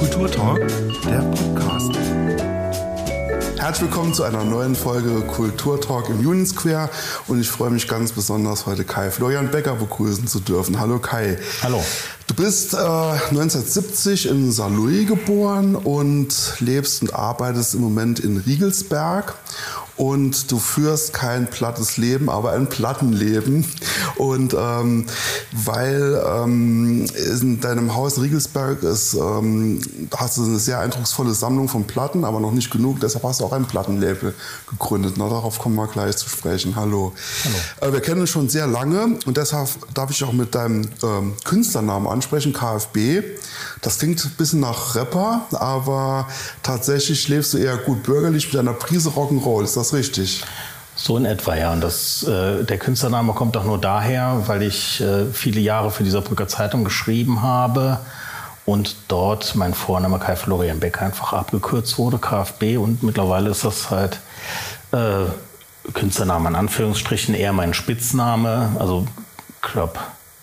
Kulturtalk, der Podcast. Herzlich willkommen zu einer neuen Folge Kulturtalk im Union Square und ich freue mich ganz besonders, heute Kai Florian Becker begrüßen zu dürfen. Hallo Kai. Hallo. Du bist 1970 in Saarlouis geboren und lebst und arbeitest im Moment in Riegelsberg. Und du führst kein plattes Leben, aber ein Plattenleben. Und weil in deinem Haus in Riegelsberg hast du eine sehr eindrucksvolle Sammlung von Platten, aber noch nicht genug. Deshalb hast du auch ein Plattenlabel gegründet. Na, darauf kommen wir gleich zu sprechen. Hallo. Hallo. Wir kennen uns schon sehr lange und deshalb darf ich auch mit deinem Künstlernamen ansprechen, KFB. Das klingt ein bisschen nach Rapper, aber tatsächlich lebst du eher gut bürgerlich mit einer Prise Rock'n'Roll. Ist das richtig? So in etwa, ja. Und der Künstlername kommt auch nur daher, weil ich viele Jahre für die Saarbrücker Zeitung geschrieben habe und dort mein Vorname Kai Florian Becker einfach abgekürzt wurde, KFB. Und mittlerweile ist das halt Künstlername in Anführungsstrichen, eher mein Spitzname. Also ich glaube,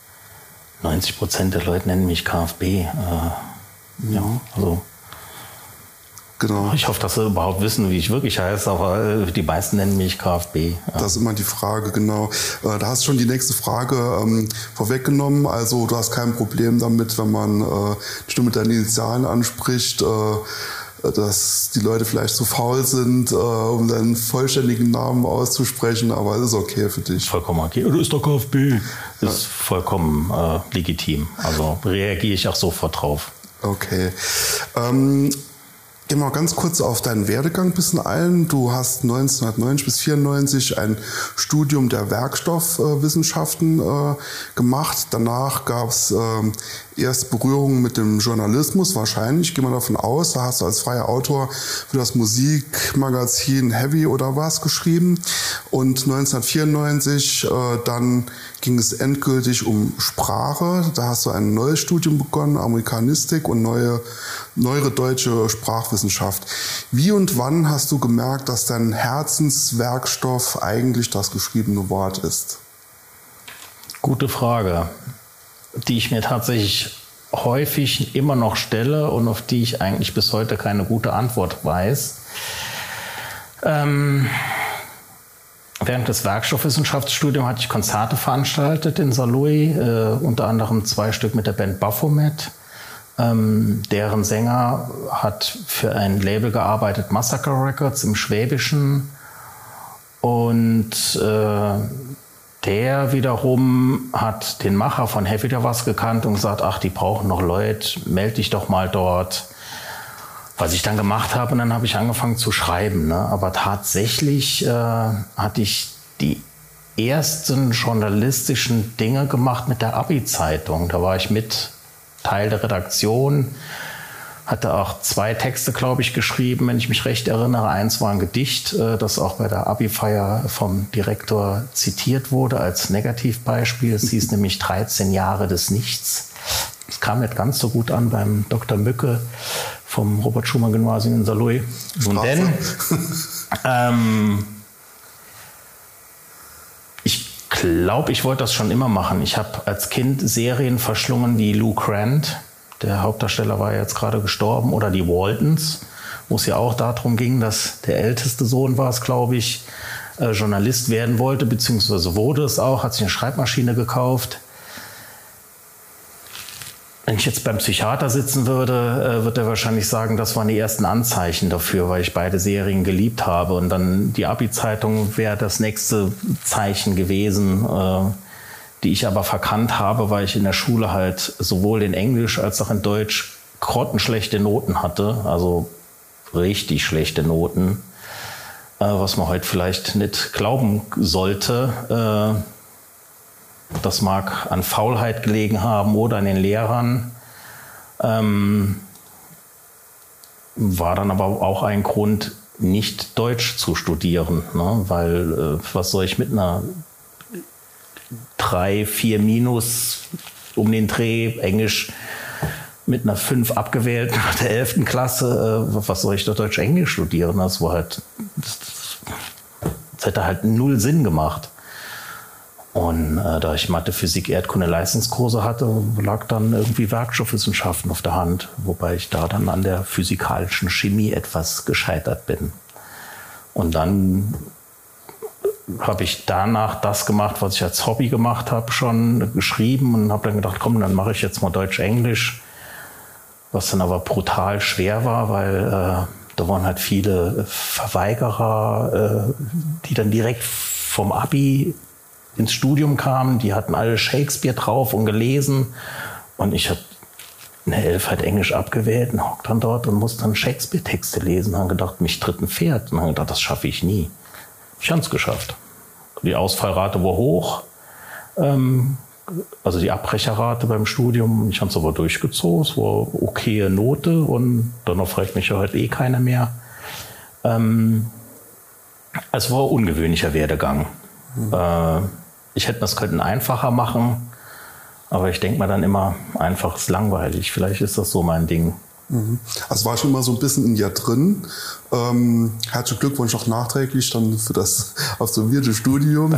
90% der Leute nennen mich KFB. Ja, also genau. Ich hoffe, dass sie überhaupt wissen, wie ich wirklich heiße, aber die meisten nennen mich KFB. Ja. Das ist immer die Frage, genau. Da hast du schon die nächste Frage vorweggenommen. Also du hast kein Problem damit, wenn man dich nur mit deinen Initialen anspricht, dass die Leute vielleicht zu faul sind, um deinen vollständigen Namen auszusprechen, aber es ist okay für dich. Vollkommen okay. Du bist doch KFB. Das ist vollkommen legitim. Also reagiere ich auch sofort drauf. Okay. Gehen wir mal ganz kurz auf deinen Werdegang ein bisschen ein. Du hast 1990 bis 1994 ein Studium der Werkstoffwissenschaften gemacht. Danach gab es erste Berührungen mit dem Journalismus, wahrscheinlich, gehen wir davon aus. Da hast du als freier Autor für das Musikmagazin Heavy oder was geschrieben. Und 1994 dann ging es endgültig um Sprache. Da hast du ein neues Studium begonnen, Amerikanistik und neuere deutsche Sprachwissenschaft. Wie und wann hast du gemerkt, dass dein Herzenswerkstoff eigentlich das geschriebene Wort ist? Gute Frage, die ich mir tatsächlich häufig immer noch stelle und auf die ich eigentlich bis heute keine gute Antwort weiß. Während des Werkstoffwissenschaftsstudiums hatte ich Konzerte veranstaltet in Saarlouis, unter anderem 2 Stück mit der Band Baphomet. Deren Sänger hat für ein Label gearbeitet, Massacre Records im Schwäbischen. Und der wiederum hat den Macher von Heavy da was gekannt und gesagt, ach, die brauchen noch Leute, melde dich doch mal dort. Was ich dann gemacht habe, und dann habe ich angefangen zu schreiben. Ne? Aber tatsächlich hatte ich die ersten journalistischen Dinge gemacht mit der Abi-Zeitung. Da war ich mit Teil der Redaktion, hatte auch 2 Texte, glaube ich, geschrieben, wenn ich mich recht erinnere. Eins war ein Gedicht, das auch bei der Abi-Feier vom Direktor zitiert wurde als Negativbeispiel. Es hieß nämlich 13 Jahre des Nichts. Das kam nicht ganz so gut an beim Dr. Mücke vom Robert-Schumann-Gymnasium in Saarlouis. Und denn ich glaube, ich wollte das schon immer machen. Ich habe als Kind Serien verschlungen wie Lou Grant, der Hauptdarsteller war jetzt gerade gestorben, oder die Waltons, wo es ja auch darum ging, dass der älteste Sohn war es, glaube ich, Journalist werden wollte, beziehungsweise wurde es auch, hat sich eine Schreibmaschine gekauft. Wenn ich jetzt beim Psychiater sitzen würde, wird er wahrscheinlich sagen, das waren die ersten Anzeichen dafür, weil ich beide Serien geliebt habe. Und dann die Abi-Zeitung wäre das nächste Zeichen gewesen, die ich aber verkannt habe, weil ich in der Schule halt sowohl in Englisch als auch in Deutsch grottenschlechte Noten hatte. Also richtig schlechte Noten, was man heute vielleicht nicht glauben sollte. Das mag an Faulheit gelegen haben oder an den Lehrern. War dann aber auch ein Grund, nicht Deutsch zu studieren. Ne? Weil was soll ich mit einer 3, 4 minus um den Dreh, Englisch mit einer 5 abgewählt nach der 11. Klasse, was soll ich da Deutsch-Englisch studieren? Das hätte halt null Sinn gemacht. Und da ich Mathe, Physik, Erdkunde, Leistungskurse hatte, lag dann irgendwie Werkstoffwissenschaften auf der Hand, wobei ich da dann an der physikalischen Chemie etwas gescheitert bin. Und dann habe ich danach das gemacht, was ich als Hobby gemacht habe, schon geschrieben und habe dann gedacht, komm, dann mache ich jetzt mal Deutsch-Englisch, was dann aber brutal schwer war, weil da waren halt viele Verweigerer, die dann direkt vom Abi ins Studium kamen, die hatten alle Shakespeare drauf und gelesen und ich habe eine 11 halt Englisch abgewählt und hock dann dort und musste dann Shakespeare-Texte lesen. Dann gedacht, mich tritt ein Pferd. Und dann gedacht, das schaffe ich nie. Ich habe es geschafft. Die Ausfallrate war hoch, also die Abbrecherrate beim Studium. Ich habe es aber durchgezogen. Es war okaye Note und danach fragt mich ja heute eh keiner mehr. Es war ein ungewöhnlicher Werdegang. Ich hätte das könnten einfacher machen, aber ich denke mir dann immer, einfach ist langweilig. Vielleicht ist das so mein Ding. Also war schon immer so ein bisschen in dir drin. Herzlichen Glückwunsch auch nachträglich dann für das absolvierte Studium.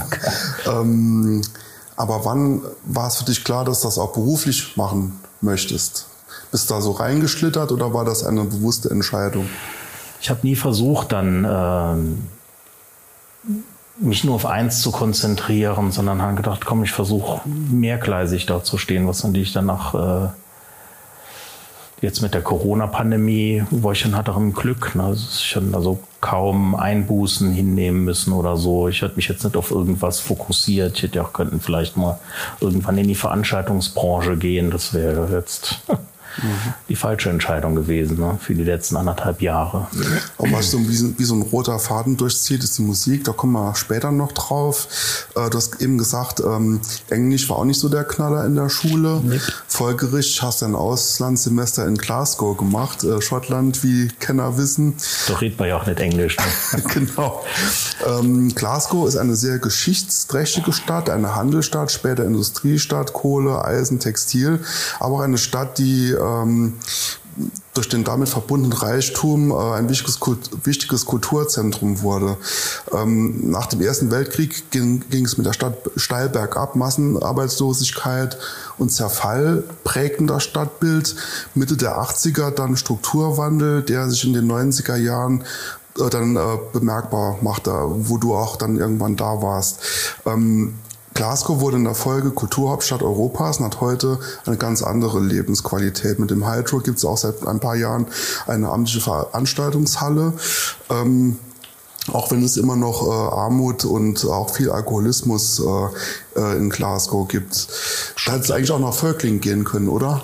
Aber wann war es für dich klar, dass du das auch beruflich machen möchtest? Bist du da so reingeschlittert oder war das eine bewusste Entscheidung? Ich habe nie versucht, dann mich nur auf eins zu konzentrieren, sondern habe gedacht, komm, ich versuche mehrgleisig da zu stehen, was natürlich danach jetzt mit der Corona-Pandemie war ich dann halt auch im Glück. Ne? Ich hatte also kaum Einbußen hinnehmen müssen oder so. Ich hatte mich jetzt nicht auf irgendwas fokussiert. Ich hätte ja auch könnten vielleicht mal irgendwann in die Veranstaltungsbranche gehen. Das wäre jetzt die falsche Entscheidung gewesen, ne? Für die letzten 1,5 Jahre. Aber was so wie so ein roter Faden durchzieht, ist die Musik. Da kommen wir später noch drauf. Du hast eben gesagt, Englisch war auch nicht so der Knaller in der Schule. Nee. Folgerichtig hast du ein Auslandssemester in Glasgow gemacht, Schottland, wie Kenner wissen. Doch redet man ja auch nicht Englisch. Ne? Genau. Glasgow ist eine sehr geschichtsträchtige Stadt, eine Handelsstadt, später Industriestadt, Kohle, Eisen, Textil, aber auch eine Stadt, die durch den damit verbundenen Reichtum ein wichtiges Kulturzentrum wurde. Nach dem Ersten Weltkrieg ging es mit der Stadt steil bergab. Massenarbeitslosigkeit und Zerfall prägten das Stadtbild. Mitte der 80er dann Strukturwandel, der sich in den 90er Jahren dann bemerkbar machte, wo du auch dann irgendwann da warst. Glasgow wurde in der Folge Kulturhauptstadt Europas und hat heute eine ganz andere Lebensqualität. Mit dem Hydro gibt es auch seit ein paar Jahren eine amtliche Veranstaltungshalle. Auch wenn es immer noch Armut und auch viel Alkoholismus in Glasgow gibt. Da hätte es eigentlich auch nach Völkling gehen können, oder?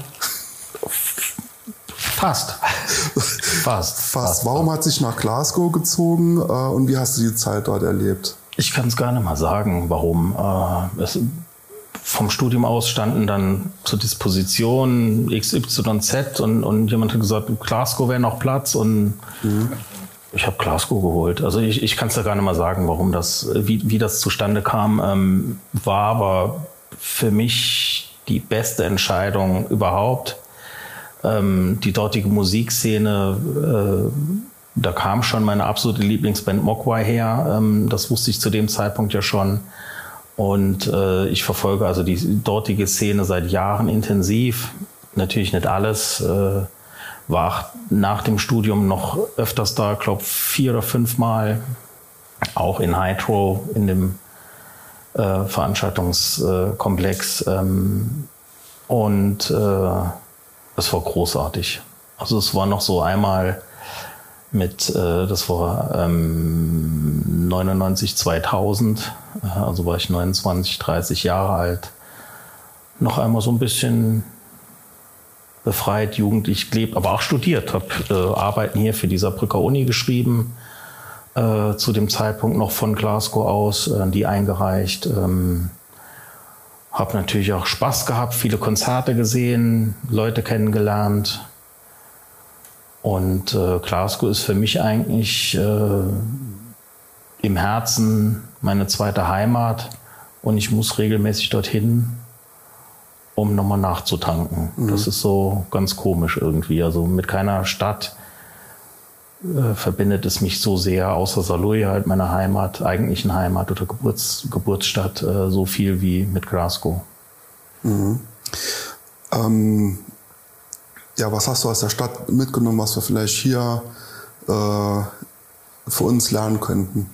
Fast. Warum hat sich nach Glasgow gezogen und wie hast du die Zeit dort erlebt? Ich kann es gar nicht mal sagen, warum. Vom Studium aus standen dann zur Disposition XYZ und jemand hat gesagt, Glasgow wäre noch Platz und ich habe Glasgow geholt. Also ich kann es ja gar nicht mal sagen, warum wie das zustande kam. War aber für mich die beste Entscheidung überhaupt. Die dortige Musikszene, da kam schon meine absolute Lieblingsband Mogwai her. Das wusste ich zu dem Zeitpunkt ja schon. Und ich verfolge also die dortige Szene seit Jahren intensiv. Natürlich nicht alles. War nach dem Studium noch öfters da, glaube 4 oder 5 Mal. Auch in Hydro, in dem Veranstaltungskomplex. Und es war großartig. Also es war noch so einmal das war 99, 2000, also war ich 29, 30 Jahre alt, noch einmal so ein bisschen befreit, jugendlich gelebt, aber auch studiert, habe Arbeiten hier für die Saarbrücker Uni geschrieben, zu dem Zeitpunkt noch von Glasgow aus, die eingereicht, habe natürlich auch Spaß gehabt, viele Konzerte gesehen, Leute kennengelernt. Und Glasgow ist für mich eigentlich im Herzen meine zweite Heimat und ich muss regelmäßig dorthin, um nochmal nachzutanken. Das ist so ganz komisch irgendwie. Also mit keiner Stadt verbindet es mich so sehr, außer Saarlouis, halt meiner Heimat, eigentlichen Heimat oder Geburtsstadt, so viel wie mit Glasgow. Mhm. Ja, was hast du aus der Stadt mitgenommen, was wir vielleicht hier für uns lernen könnten?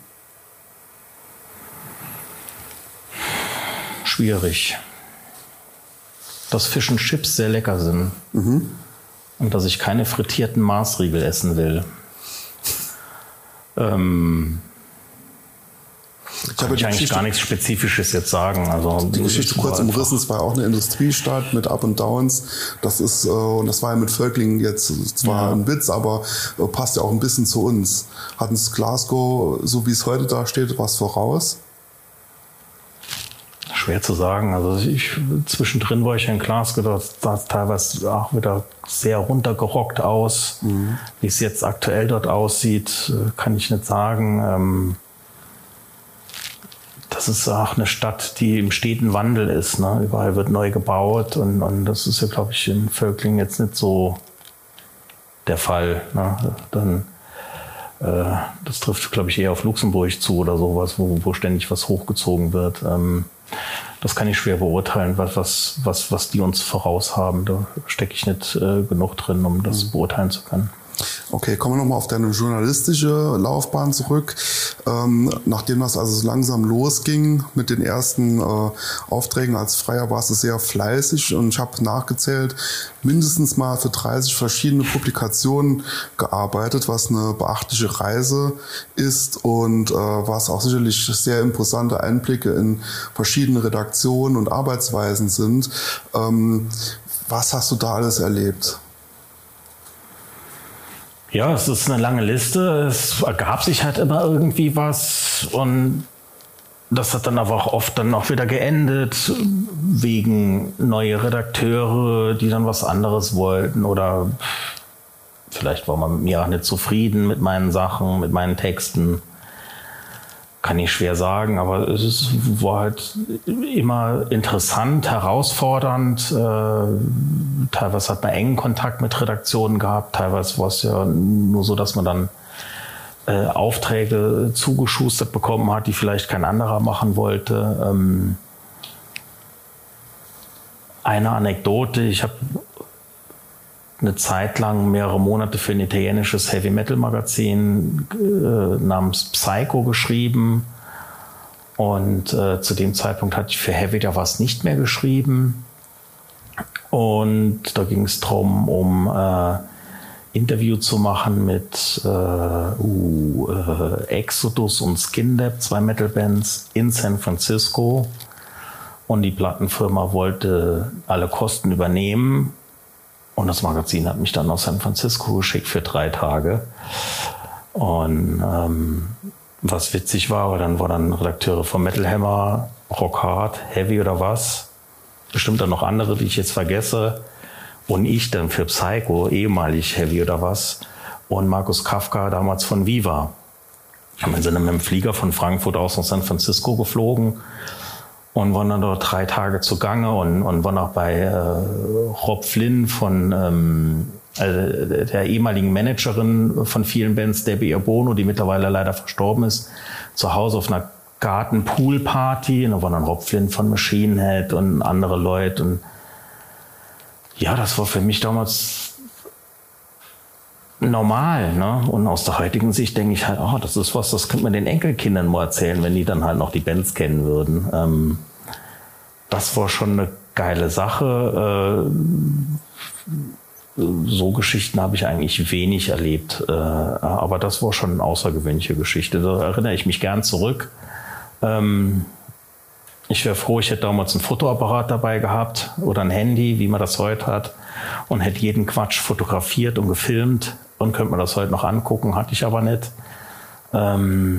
Schwierig. Dass Fish and Chips sehr lecker sind. Mhm. Und dass ich keine frittierten Maßriegel essen will. Kann ich eigentlich gar nichts Spezifisches jetzt sagen. Also, die Geschichte kurz umrissen, es war auch eine Industriestadt mit Up und Downs. Das ist, und das war ja mit Völklingen jetzt zwar ein Witz, aber passt ja auch ein bisschen zu uns. Hat uns Glasgow, so wie es heute da steht, was voraus? Schwer zu sagen. Also zwischendrin war ich in Glasgow, das sah teilweise auch wieder sehr runtergerockt aus. Mhm. Wie es jetzt aktuell dort aussieht, kann ich nicht sagen. Das ist auch eine Stadt, die im steten Wandel ist. Ne? Überall wird neu gebaut und das ist ja, glaube ich, in Völklingen jetzt nicht so der Fall. Ne? Das trifft, glaube ich, eher auf Luxemburg zu oder sowas, wo ständig was hochgezogen wird. Das kann ich schwer beurteilen, was die uns voraus haben. Da stecke ich nicht genug drin, um das beurteilen zu können. Okay, kommen wir nochmal auf deine journalistische Laufbahn zurück. Nachdem das also so langsam losging mit den ersten Aufträgen als Freier, warst du sehr fleißig und ich habe nachgezählt, mindestens mal für 30 verschiedene Publikationen gearbeitet, was eine beachtliche Reise ist und was auch sicherlich sehr imposante Einblicke in verschiedene Redaktionen und Arbeitsweisen sind. Was hast du da alles erlebt? Ja, es ist eine lange Liste. Es ergab sich halt immer irgendwie was und das hat dann aber auch oft dann auch wieder geendet wegen neue Redakteure, die dann was anderes wollten oder vielleicht war man mit mir auch nicht zufrieden mit meinen Sachen, mit meinen Texten. Kann ich schwer sagen, aber war halt immer interessant, herausfordernd. Teilweise hat man engen Kontakt mit Redaktionen gehabt, teilweise war es ja nur so, dass man dann Aufträge zugeschustert bekommen hat, die vielleicht kein anderer machen wollte. Eine Anekdote, ich habe eine Zeit lang mehrere Monate für ein italienisches Heavy-Metal-Magazin namens Psycho geschrieben und zu dem Zeitpunkt hatte ich für Heavy da was nicht mehr geschrieben und da ging es darum, Interview zu machen mit Exodus und Skin Death, 2 Metal-Bands in San Francisco und die Plattenfirma wollte alle Kosten übernehmen. Und das Magazin hat mich dann nach San Francisco geschickt für 3 Tage. Und was witzig war, aber dann waren Redakteure von Metal Hammer, Rock Hard, Heavy oder was. Bestimmt dann noch andere, die ich jetzt vergesse. Und ich dann für Psycho, ehemalig Heavy oder was. Und Markus Kafka damals von Viva. Wir sind dann mit dem Flieger von Frankfurt aus nach San Francisco geflogen. Und waren dann dort 3 Tage zugange und waren auch bei Rob Flynn von der ehemaligen Managerin von vielen Bands, Debbie Abono, die mittlerweile leider verstorben ist, zu Hause auf einer Garten-Pool-Party. Und da waren dann Rob Flynn von Machine Head und andere Leute. Und ja, das war für mich damals normal, ne? Und aus der heutigen Sicht denke ich halt, das ist was, das könnte man den Enkelkindern mal erzählen, wenn die dann halt noch die Bands kennen würden. Das war schon eine geile Sache. So Geschichten habe ich eigentlich wenig erlebt, aber das war schon eine außergewöhnliche Geschichte. Da erinnere ich mich gern zurück. Ich wäre froh, ich hätte damals einen Fotoapparat dabei gehabt oder ein Handy, wie man das heute hat, und hätte jeden Quatsch fotografiert und gefilmt und könnte man das heute noch angucken, hatte ich aber nicht. Aber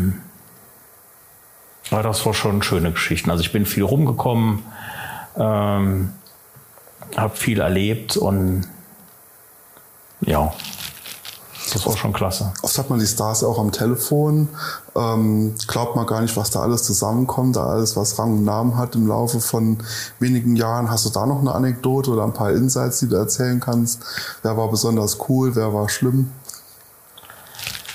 das war schon schöne Geschichten. Also ich bin viel rumgekommen, habe viel erlebt und ja, das war schon klasse. Oft hat man die Stars auch am Telefon, glaubt man gar nicht, was da alles zusammenkommt, alles, was Rang und Namen hat im Laufe von wenigen Jahren. Hast du da noch eine Anekdote oder ein paar Insights, die du erzählen kannst? Wer war besonders cool, wer war schlimm?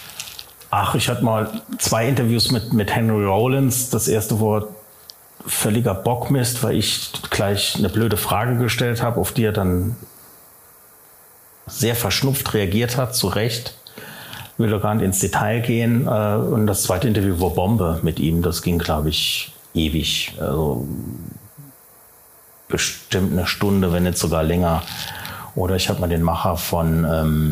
Ach, ich hatte mal 2 Interviews mit Henry Rollins. Das erste war völliger Bockmist, weil ich gleich eine blöde Frage gestellt habe, auf die er dann sehr verschnupft reagiert hat, zu Recht. Will doch gar nicht ins Detail gehen. Und das zweite Interview war Bombe mit ihm. Das ging, glaube ich, ewig. Also bestimmt eine Stunde, wenn nicht sogar länger. Oder ich habe mal den Macher von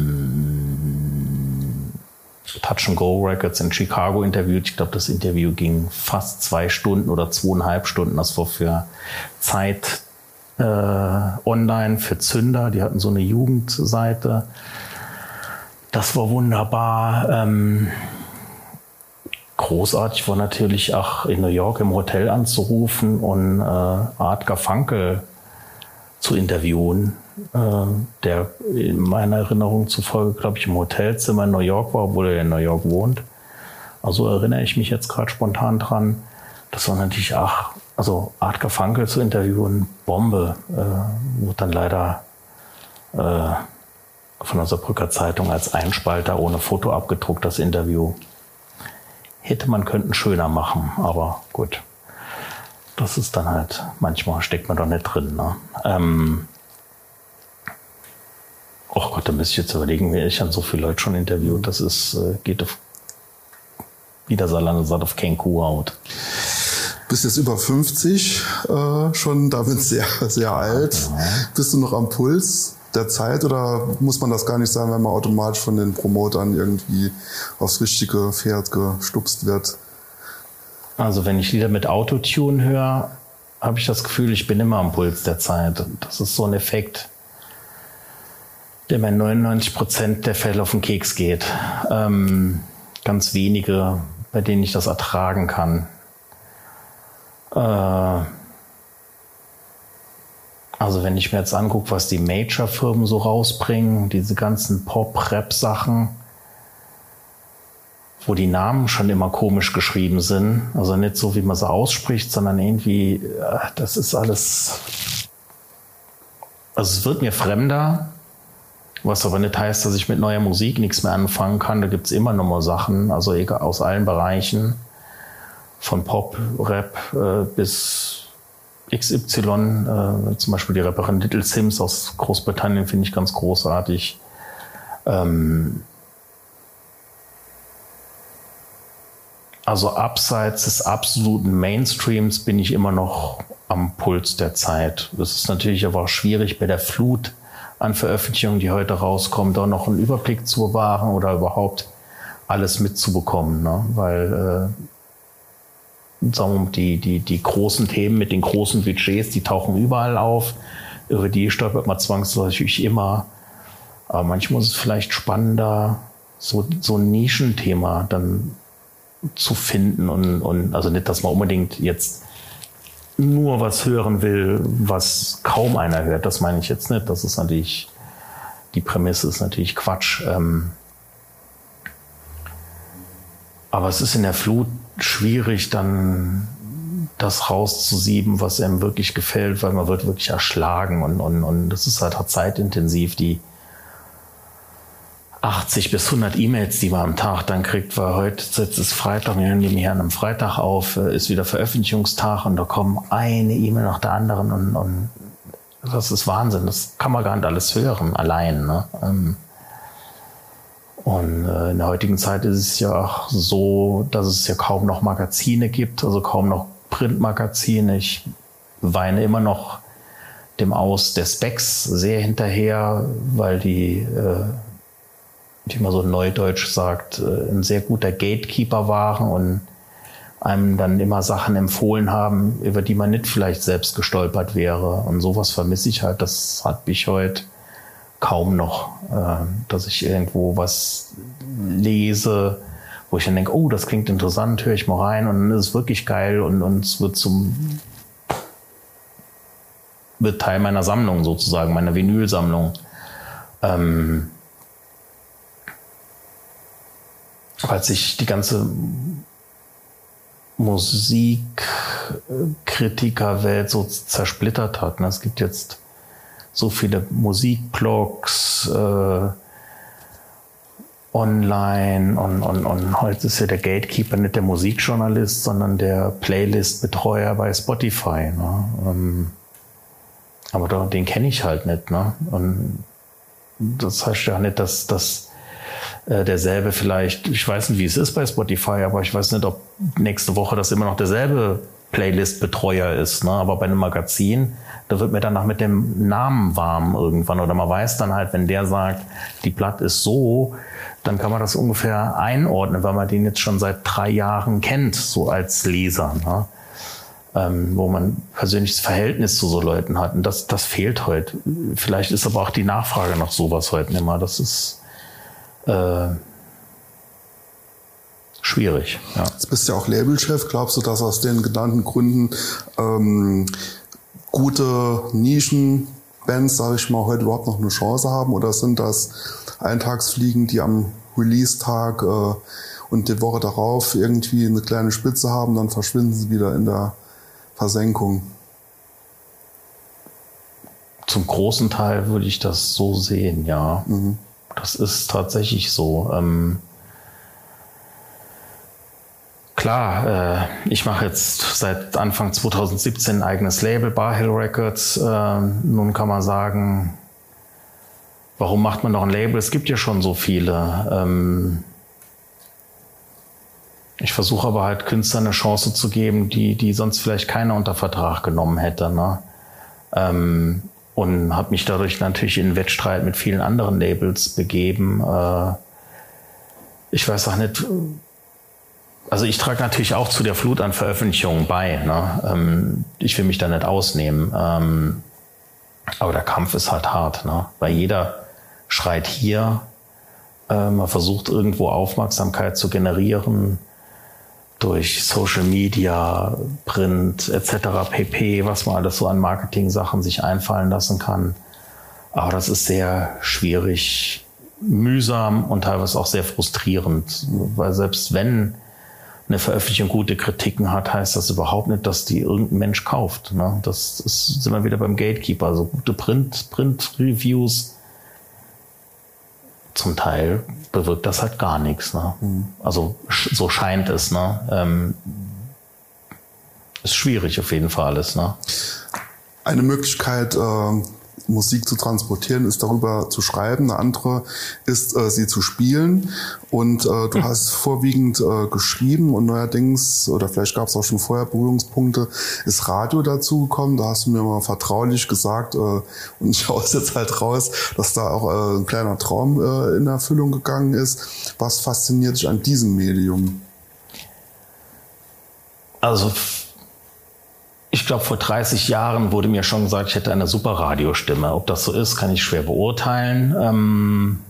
Touch and Go Records in Chicago interviewt. Ich glaube, das Interview ging fast 2 Stunden oder 2,5 Stunden. Das war für Zeit online, für Zünder. Die hatten so eine Jugendseite. Das war wunderbar. Großartig war natürlich auch in New York im Hotel anzurufen und Art Garfunkel zu interviewen, der in meiner Erinnerung zufolge, glaube ich, im Hotelzimmer in New York war, obwohl er in New York wohnt. Also erinnere ich mich jetzt gerade spontan dran. Das war natürlich auch, also Art Garfunkel zu interviewen, Bombe. Wurde dann leider von der Saarbrücker Zeitung als Einspalter ohne Foto abgedruckt, das Interview. Hätte man könnten schöner machen, aber gut. Das ist dann halt, manchmal steckt man doch nicht drin. Ne? Oh Gott, da müsste ich jetzt überlegen, ich habe so viele Leute schon interviewt. Das ist, geht auf, wie der Saarlander sagt, auf kein Kuhhaut. Bist jetzt über 50, schon damit sehr, sehr alt. Ja. Bist du noch am Puls der Zeit oder muss man das gar nicht sagen, wenn man automatisch von den Promotern irgendwie aufs richtige Pferd gestupst wird? Also wenn ich Lieder mit Autotune höre, habe ich das Gefühl, ich bin immer am Puls der Zeit. Das ist so ein Effekt, der mir in 99% der Fälle auf den Keks geht. Ganz wenige, bei denen ich das ertragen kann. Also wenn ich mir jetzt angucke, was die Major-Firmen so rausbringen, diese ganzen Pop-Rap-Sachen, wo die Namen schon immer komisch geschrieben sind, also nicht so, wie man sie ausspricht, sondern irgendwie, das ist alles, also es wird mir fremder, was aber nicht heißt, dass ich mit neuer Musik nichts mehr anfangen kann. Da gibt es immer noch mal Sachen, also egal, aus allen Bereichen, von Pop, Rap bis XY, zum Beispiel die Rapperin Little Sims aus Großbritannien finde ich ganz großartig. Also abseits des absoluten Mainstreams bin ich immer noch am Puls der Zeit. Das ist natürlich aber auch schwierig bei der Flut an Veröffentlichungen, die heute rauskommen, da noch einen Überblick zu bewahren oder überhaupt alles mitzubekommen, ne? Weil sagen wir mal, die großen Themen mit den großen Budgets, die tauchen überall auf. Über die stolpert man zwangsläufig immer. Aber manchmal ist es vielleicht spannender, so ein Nischenthema dann zu finden und also nicht, dass man unbedingt jetzt nur was hören will, was kaum einer hört. Das meine ich jetzt nicht. Das ist natürlich, die Prämisse ist natürlich Quatsch. Aber es ist in der Flut schwierig, dann das rauszusieben, was einem wirklich gefällt, weil man wird wirklich erschlagen und das ist halt zeitintensiv, die 80 bis 100 E-Mails, die man am Tag dann kriegt, weil heute ist Freitag, wir nehmen hier an einem Freitag auf, ist wieder Veröffentlichungstag und da kommen eine E-Mail nach der anderen und das ist Wahnsinn, das kann man gar nicht alles hören, allein, ne? Und in der heutigen Zeit ist es ja auch so, dass es ja kaum noch Magazine gibt, also kaum noch Printmagazine. Ich weine immer noch dem Aus der Specs sehr hinterher, weil die, wie man so neudeutsch sagt, ein sehr guter Gatekeeper waren und einem dann immer Sachen empfohlen haben, über die man nicht vielleicht selbst gestolpert wäre. Und sowas vermisse ich halt, das hat mich heute kaum noch, dass ich irgendwo was lese, wo ich dann denke, oh, das klingt interessant, höre ich mal rein und es ist wirklich geil und es wird wird Teil meiner Sammlung sozusagen, meiner Vinylsammlung. Weil sich die ganze Musikkritikerwelt so zersplittert hat. Es gibt jetzt so viele Musikblogs online und heute ist ja der Gatekeeper nicht der Musikjournalist, sondern der Playlist-Betreuer bei Spotify. Ne? Aber den kenne ich halt nicht. Ne? Und das heißt ja nicht, dass derselbe vielleicht, ich weiß nicht, wie es ist bei Spotify, aber ich weiß nicht, ob nächste Woche das immer noch derselbe Playlist-Betreuer ist. Ne? Aber bei einem Magazin, da wird mir danach mit dem Namen warm irgendwann. Oder man weiß dann halt, wenn der sagt, die Platte ist so, dann kann man das ungefähr einordnen, weil man den jetzt schon seit 3 Jahren kennt, so als Leser. Ne? Wo man persönliches Verhältnis zu so Leuten hat. Und das fehlt heute. Vielleicht ist aber auch die Nachfrage nach sowas heute nicht mehr. Das ist schwierig. Ja. Jetzt bist du ja auch Labelchef. Glaubst du, dass aus den genannten Gründen gute Nischenbands, sage ich mal, heute überhaupt noch eine Chance haben? Oder sind das Eintagsfliegen, die am Release-Tag und die Woche darauf irgendwie eine kleine Spitze haben, dann verschwinden sie wieder in der Versenkung? Zum großen Teil würde ich das so sehen, ja. Mhm. Das ist tatsächlich so. Klar, ich mache jetzt seit Anfang 2017 ein eigenes Label, Barhill Records. Nun kann man sagen, warum macht man noch ein Label? Es gibt ja schon so viele. Ich versuche aber halt Künstlern eine Chance zu geben, die sonst vielleicht keiner unter Vertrag genommen hätte. Ne? Und habe mich dadurch natürlich in einen Wettstreit mit vielen anderen Labels begeben. Ich weiß auch nicht, also ich trage natürlich auch zu der Flut an Veröffentlichungen bei. Ne? Ich will mich da nicht ausnehmen. Aber der Kampf ist halt hart, ne? Weil jeder schreit hier, man versucht irgendwo Aufmerksamkeit zu generieren durch Social Media, Print etc. pp., was man alles so an Marketing-Sachen sich einfallen lassen kann. Aber das ist sehr schwierig, mühsam und teilweise auch sehr frustrierend, weil selbst wenn eine Veröffentlichung gute Kritiken hat, heißt das überhaupt nicht, dass die irgendein Mensch kauft. Ne? Das sind wir wieder beim Gatekeeper. Also gute Print-Reviews, zum Teil bewirkt das halt gar nichts. Ne? Also so scheint es. Ne? Ist schwierig auf jeden Fall alles. Ne? Eine Möglichkeit, Musik zu transportieren, ist darüber zu schreiben. Eine andere ist, sie zu spielen. Und du hast vorwiegend geschrieben und neuerdings, oder vielleicht gab es auch schon vorher Berührungspunkte, ist Radio dazugekommen. Da hast du mir mal vertraulich gesagt, und ich haue es jetzt halt raus, dass da auch ein kleiner Traum in Erfüllung gegangen ist. Was fasziniert dich an diesem Medium? Also ich glaube, vor 30 Jahren wurde mir schon gesagt, ich hätte eine super Radiostimme. Ob das so ist, kann ich schwer beurteilen.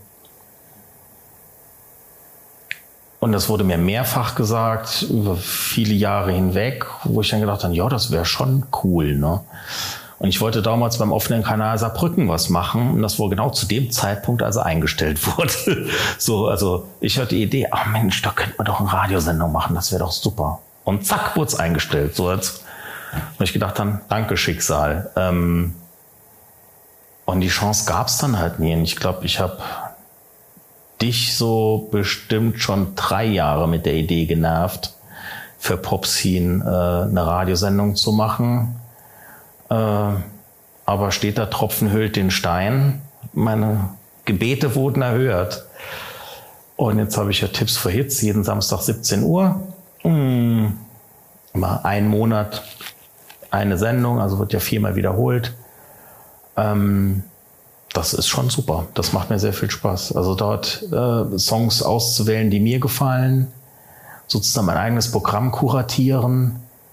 Und das wurde mir mehrfach gesagt, über viele Jahre hinweg, wo ich dann gedacht habe, ja, das wäre schon cool. Ne? Und ich wollte damals beim offenen Kanal Saarbrücken was machen. Und das war genau zu dem Zeitpunkt, als er eingestellt wurde. Also ich hatte die Idee, ach Mensch, da könnte man doch eine Radiosendung machen, das wäre doch super. Und zack, wurde es eingestellt. So als und ich gedacht habe, danke Schicksal. Und die Chance gab es dann halt nie. Und ich glaube, ich habe dich so bestimmt schon 3 Jahre mit der Idee genervt, für Popscene eine Radiosendung zu machen. Aber steht da Tropfen höhlt den Stein. Meine Gebete wurden erhört. Und jetzt habe ich ja Tipps für Hits, jeden Samstag 17 Uhr. Immer einen Monat eine Sendung, also wird ja 4-mal wiederholt. Das ist schon super. Das macht mir sehr viel Spaß. Also dort Songs auszuwählen, die mir gefallen, sozusagen mein eigenes Programm kuratieren,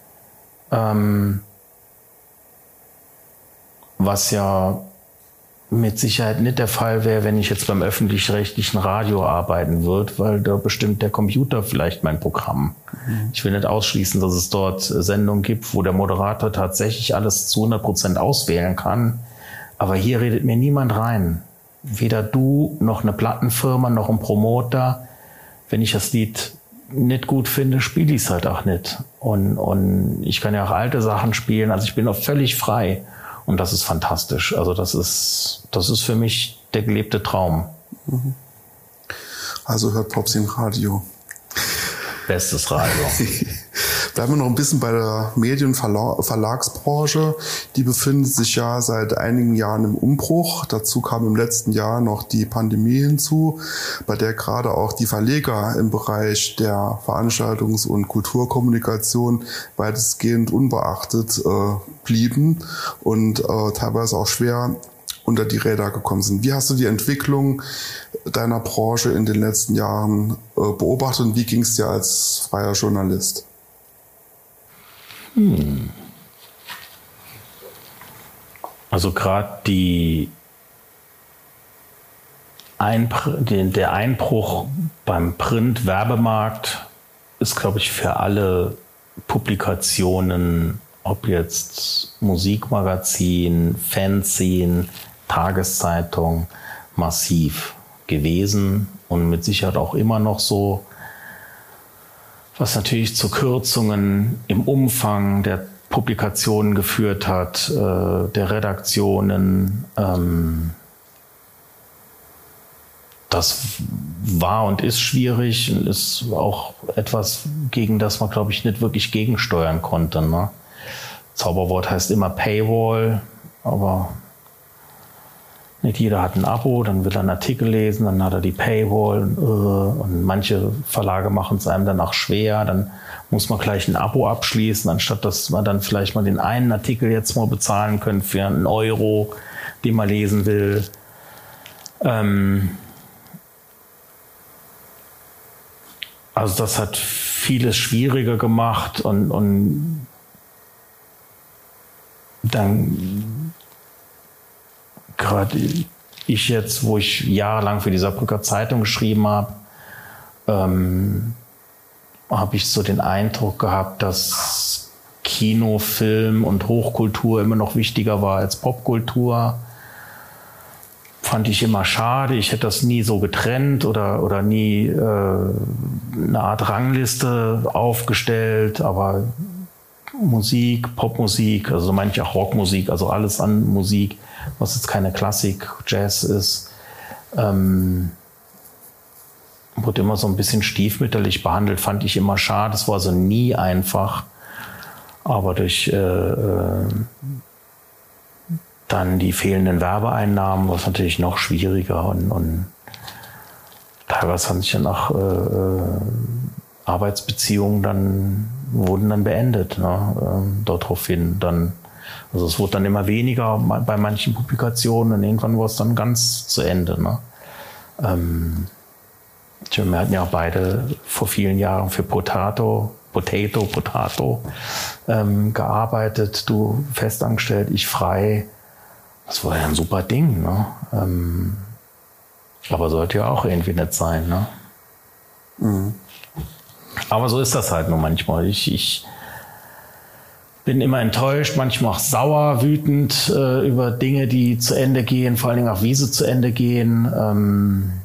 was ja mit Sicherheit nicht der Fall wäre, wenn ich jetzt beim öffentlich-rechtlichen Radio arbeiten würde, weil da bestimmt der Computer vielleicht mein Programm. Ich will nicht ausschließen, dass es dort Sendungen gibt, wo der Moderator tatsächlich alles zu 100% auswählen kann. Aber hier redet mir niemand rein. Weder du, noch eine Plattenfirma, noch ein Promoter. Wenn ich das Lied nicht gut finde, spiele ich es halt auch nicht. Und ich kann ja auch alte Sachen spielen. Also ich bin auch völlig frei. Und das ist fantastisch. Also das ist für mich der gelebte Traum. Also hört Popsim Radio. Bestes Radio. Bleiben wir noch ein bisschen bei der Medien-Verlagsbranche. Die befindet sich ja seit einigen Jahren im Umbruch. Dazu kam im letzten Jahr noch die Pandemie hinzu, bei der gerade auch die Verleger im Bereich der Veranstaltungs- und Kulturkommunikation weitestgehend unbeachtet blieben und teilweise auch schwer unter die Räder gekommen sind. Wie hast du die Entwicklung deiner Branche in den letzten Jahren beobachtet und wie ging es dir als freier Journalist? Also gerade der Einbruch beim Print-Werbemarkt ist, glaube ich, für alle Publikationen, ob jetzt Musikmagazin, Fanzine, Tageszeitung, massiv gewesen und mit Sicherheit auch immer noch so, was natürlich zu Kürzungen im Umfang der Publikationen geführt hat, der Redaktionen. Das war und ist schwierig und ist auch etwas, gegen das man, glaube ich, nicht wirklich gegensteuern konnte. Ne? Zauberwort heißt immer Paywall, aber nicht jeder hat ein Abo, dann will er einen Artikel lesen, dann hat er die Paywall und manche Verlage machen es einem dann auch schwer, dann muss man gleich ein Abo abschließen, anstatt dass man dann vielleicht mal den einen Artikel jetzt mal bezahlen können für einen Euro, den man lesen will. Also das hat vieles schwieriger gemacht und dann gerade ich jetzt, wo ich jahrelang für die Saarbrücker Zeitung geschrieben habe, habe ich so den Eindruck gehabt, dass Kino, Film und Hochkultur immer noch wichtiger war als Popkultur. Fand ich immer schade. Ich hätte das nie so getrennt oder nie eine Art Rangliste aufgestellt, aber Musik, Popmusik, also manche auch Rockmusik, also alles an Musik, was jetzt keine Klassik, Jazz ist, wurde immer so ein bisschen stiefmütterlich behandelt, fand ich immer schade. Das war also nie einfach, aber durch dann die fehlenden Werbeeinnahmen war es natürlich noch schwieriger und teilweise haben sich dann auch Arbeitsbeziehungen wurden dann beendet, ne? Daraufhin dann, also es wurde dann immer weniger bei manchen Publikationen und irgendwann war es dann ganz zu Ende, ne? Wir hatten ja auch beide vor vielen Jahren für Potato gearbeitet, du festangestellt, ich frei. Das war ja ein super Ding, ne? Aber sollte ja auch irgendwie nicht sein, ne? Mhm. Aber so ist das halt nur manchmal. Ich bin immer enttäuscht, manchmal auch sauer, wütend über Dinge, die zu Ende gehen, vor allen Dingen auch wie sie zu Ende gehen.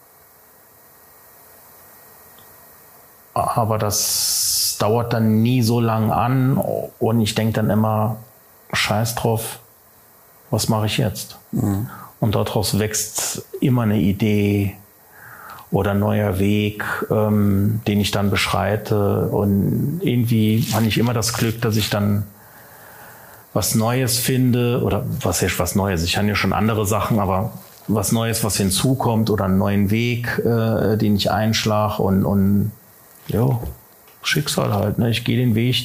Aber das dauert dann nie so lang an und ich denke dann immer, scheiß drauf, was mache ich jetzt? Mhm. Und daraus wächst immer eine Idee oder ein neuer Weg, den ich dann beschreite. Und irgendwie habe ich immer das Glück, dass ich dann was Neues finde. Oder was heißt was Neues? Ich habe ja schon andere Sachen, aber was Neues, was hinzukommt oder einen neuen Weg, den ich einschlage. Und ja, Schicksal halt. Ne? Ich gehe den Weg,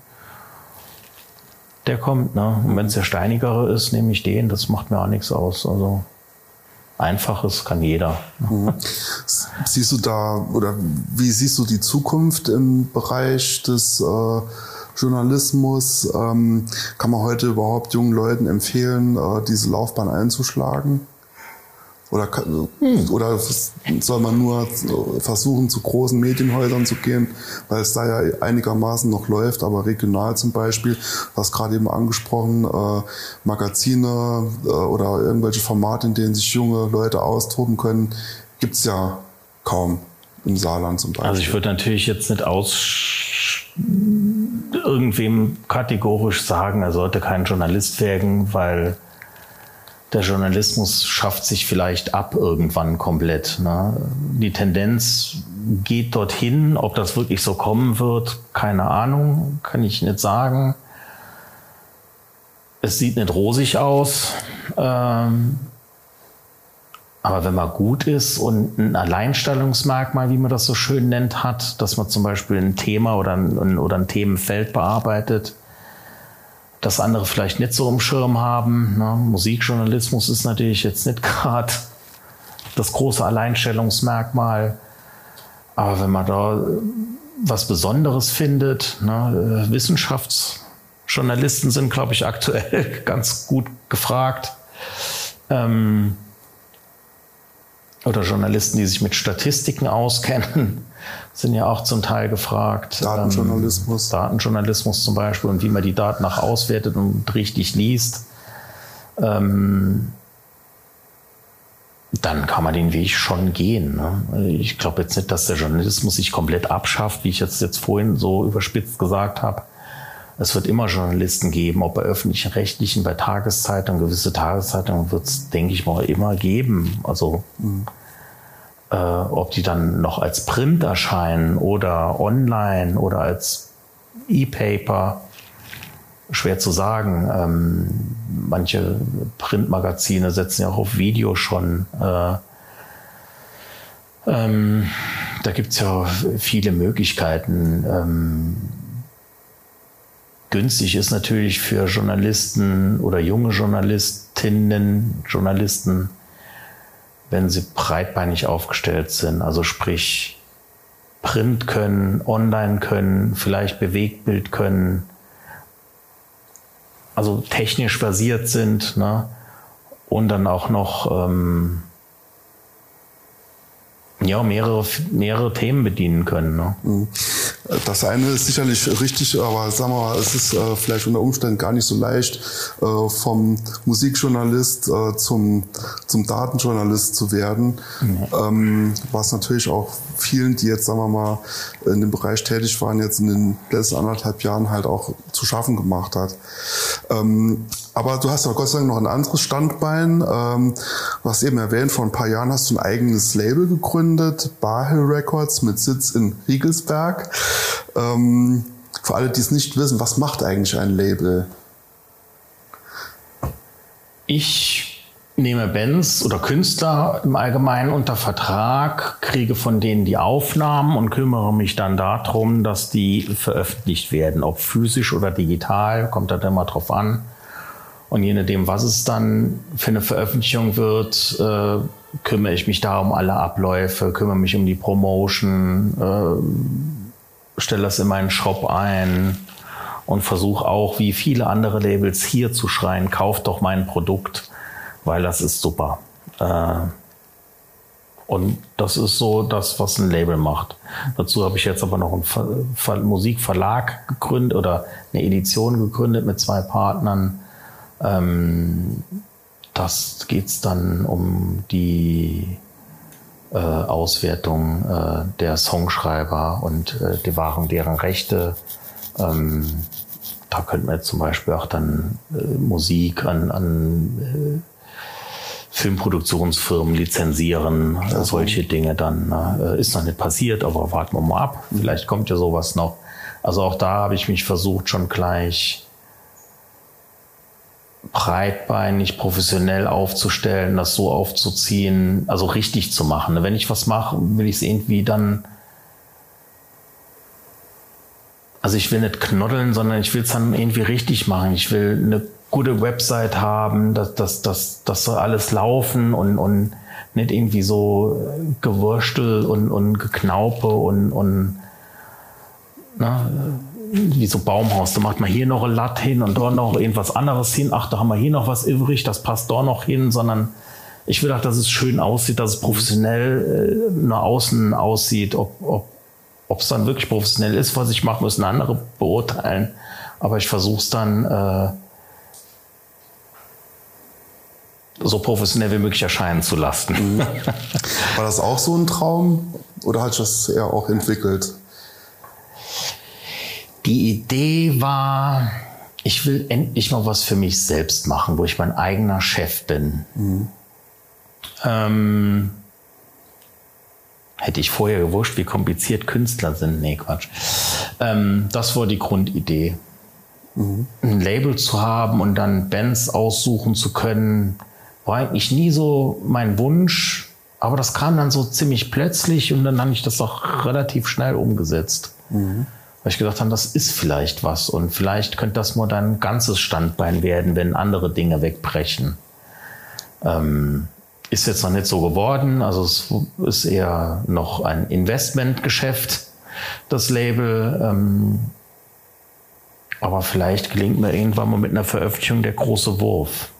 der kommt. Ne? Und wenn es der steinigere ist, nehme ich den. Das macht mir auch nichts aus. Also Einfaches kann jeder. Mhm. Siehst du da, oder wie siehst du die Zukunft im Bereich des Journalismus? Kann man heute überhaupt jungen Leuten empfehlen, diese Laufbahn einzuschlagen? Oder soll man nur versuchen, zu großen Medienhäusern zu gehen, weil es da ja einigermaßen noch läuft, aber regional zum Beispiel, was gerade eben angesprochen, Magazine oder irgendwelche Formate, in denen sich junge Leute austoben können, gibt's ja kaum im Saarland zum Beispiel. Also ich würde natürlich jetzt nicht irgendwem kategorisch sagen, er sollte kein Journalist werden, weil der Journalismus schafft sich vielleicht ab irgendwann komplett. Ne? Die Tendenz geht dorthin, ob das wirklich so kommen wird, keine Ahnung, kann ich nicht sagen. Es sieht nicht rosig aus, aber wenn man gut ist und ein Alleinstellungsmerkmal, wie man das so schön nennt, hat, dass man zum Beispiel ein Thema oder ein Themenfeld bearbeitet, das andere vielleicht nicht so im Schirm haben. Ne? Musikjournalismus ist natürlich jetzt nicht gerade das große Alleinstellungsmerkmal. Aber wenn man da was Besonderes findet, ne? Wissenschaftsjournalisten sind, glaube ich, aktuell ganz gut gefragt. Oder Journalisten, die sich mit Statistiken auskennen, sind ja auch zum Teil gefragt. Datenjournalismus. Datenjournalismus zum Beispiel und wie man die Daten auch auswertet und richtig liest. Dann kann man den Weg schon gehen. Ne? Ich glaube jetzt nicht, dass der Journalismus sich komplett abschafft, wie ich jetzt vorhin so überspitzt gesagt habe. Es wird immer Journalisten geben, ob bei öffentlich-rechtlichen, bei Tageszeitungen, gewisse Tageszeitungen wird es, denke ich mal, immer geben. Also ob die dann noch als Print erscheinen oder online oder als E-Paper, schwer zu sagen. Manche Printmagazine setzen ja auch auf Video schon. Da gibt es ja viele Möglichkeiten. Günstig ist natürlich für Journalisten oder junge Journalistinnen, Journalisten, wenn sie breitbeinig aufgestellt sind. Also sprich Print können, online können, vielleicht Bewegtbild können, also technisch versiert sind, ne? Und dann auch noch mehrere Themen bedienen können. Ne? Das eine ist sicherlich richtig, aber sagen wir mal, es ist vielleicht unter Umständen gar nicht so leicht, vom Musikjournalist zum Datenjournalist zu werden, was natürlich auch vielen, die jetzt, sagen wir mal, in dem Bereich tätig waren, jetzt in den letzten 1,5 Jahren halt auch zu schaffen gemacht hat. Aber du hast ja Gott sei Dank noch ein anderes Standbein. Du hast eben erwähnt, vor ein paar Jahren hast du ein eigenes Label gegründet, Barhill Records mit Sitz in Riegelsberg. Für alle, die es nicht wissen, was macht eigentlich ein Label? Ich nehme Bands oder Künstler im Allgemeinen unter Vertrag, kriege von denen die Aufnahmen und kümmere mich dann darum, dass die veröffentlicht werden, ob physisch oder digital, kommt halt immer drauf an. Und je nachdem, was es dann für eine Veröffentlichung wird, kümmere ich mich da um alle Abläufe, kümmere mich um die Promotion, stelle das in meinen Shop ein und versuche auch, wie viele andere Labels hier zu schreien, kauft doch mein Produkt, weil das ist super. Und das ist so das, was ein Label macht. Dazu habe ich jetzt aber noch einen Musikverlag gegründet oder eine Edition gegründet mit 2 Partnern. Das geht's dann um die Auswertung der Songschreiber und die Wahrung deren Rechte. Da könnten wir jetzt zum Beispiel auch dann Musik an Filmproduktionsfirmen lizenzieren, solche Dinge dann. Ist noch nicht passiert, aber warten wir mal ab. Vielleicht kommt ja sowas noch. Also auch da habe ich mich versucht, schon gleich breitbeinig, professionell aufzustellen, das so aufzuziehen, also richtig zu machen. Wenn ich was mache, will ich es irgendwie dann, also ich will nicht knoddeln, sondern ich will es dann irgendwie richtig machen. Ich will eine gute Website haben, das soll alles laufen und nicht irgendwie so Gewurstel und Geknaupe und wie so Baumhaus, da macht man hier noch ein Latt hin und dort noch irgendwas anderes hin. Ach, da haben wir hier noch was übrig, das passt dort noch hin, sondern ich will auch, dass es schön aussieht, dass es professionell nach außen aussieht. Ob es dann wirklich professionell ist, was ich mache, müssen andere beurteilen. Aber ich versuche es dann so professionell wie möglich erscheinen zu lassen. War das auch so ein Traum oder hat sich das eher auch entwickelt? Die Idee war, ich will endlich mal was für mich selbst machen, wo ich mein eigener Chef bin. Hätte ich vorher gewusst, wie kompliziert Künstler sind. Nee, Quatsch. Das war die Grundidee. Ein Label zu haben und dann Bands aussuchen zu können, war eigentlich nie so mein Wunsch. Aber das kam dann so ziemlich plötzlich und dann habe ich das auch relativ schnell umgesetzt. Weil ich gedacht habe, das ist vielleicht was und vielleicht könnte das mal dann ein ganzes Standbein werden, wenn andere Dinge wegbrechen. Ist jetzt noch nicht so geworden, also es ist eher noch ein Investmentgeschäft, das Label. Aber vielleicht gelingt mir irgendwann mal mit einer Veröffentlichung der große Wurf.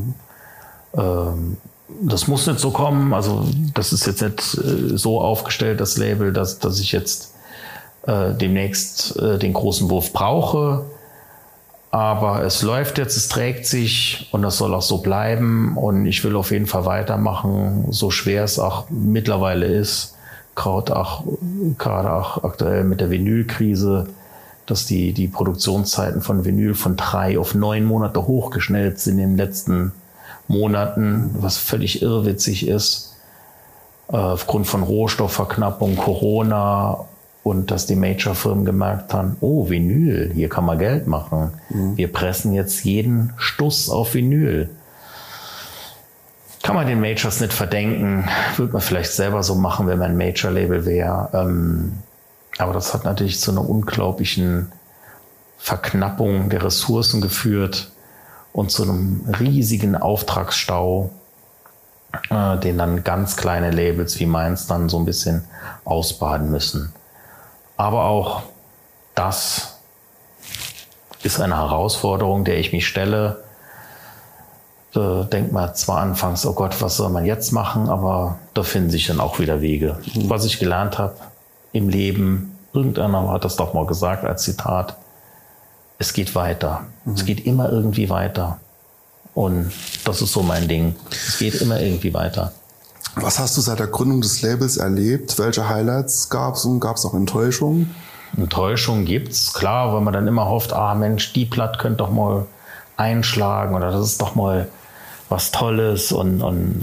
Das muss nicht so kommen, also das ist jetzt nicht so aufgestellt, das Label, dass ich jetzt demnächst den großen Wurf brauche. Aber es läuft jetzt, es trägt sich und das soll auch so bleiben. Und ich will auf jeden Fall weitermachen, so schwer es auch mittlerweile ist. Gerade auch aktuell mit der Vinylkrise, dass die Produktionszeiten von Vinyl von 3 auf 9 Monate hochgeschnellt sind in den letzten Monaten, was völlig irrwitzig ist. Aufgrund von Rohstoffverknappung, Corona und dass die Major-Firmen gemerkt haben, oh, Vinyl, hier kann man Geld machen. Wir pressen jetzt jeden Stuss auf Vinyl. Kann man den Majors nicht verdenken. Würde man vielleicht selber so machen, wenn man ein Major-Label wäre. Aber das hat natürlich zu einer unglaublichen Verknappung der Ressourcen geführt und zu einem riesigen Auftragsstau, den dann ganz kleine Labels wie meins dann so ein bisschen ausbaden müssen. Aber auch das ist eine Herausforderung, der ich mich stelle. Da denkt man zwar anfangs, oh Gott, was soll man jetzt machen? Aber da finden sich dann auch wieder Wege. Was ich gelernt habe im Leben, irgendeiner hat das doch mal gesagt als Zitat, es geht weiter. Es geht immer irgendwie weiter. Und das ist so mein Ding. Es geht immer irgendwie weiter. Was hast du seit der Gründung des Labels erlebt? Welche Highlights gab es und gab es auch Enttäuschungen? Enttäuschungen gibt's, klar, weil man dann immer hofft, Mensch, die Platte könnte doch mal einschlagen oder das ist doch mal was Tolles und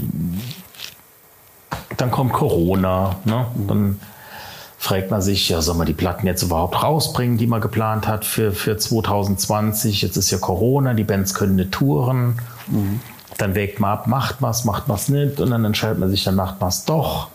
dann kommt Corona, ne? Dann fragt man sich, ja, soll man die Platten jetzt überhaupt rausbringen, die man geplant hat für 2020? Jetzt ist ja Corona, die Bands können nicht touren. Dann wägt man ab, macht man es nicht und dann entscheidet man sich, dann macht man es doch.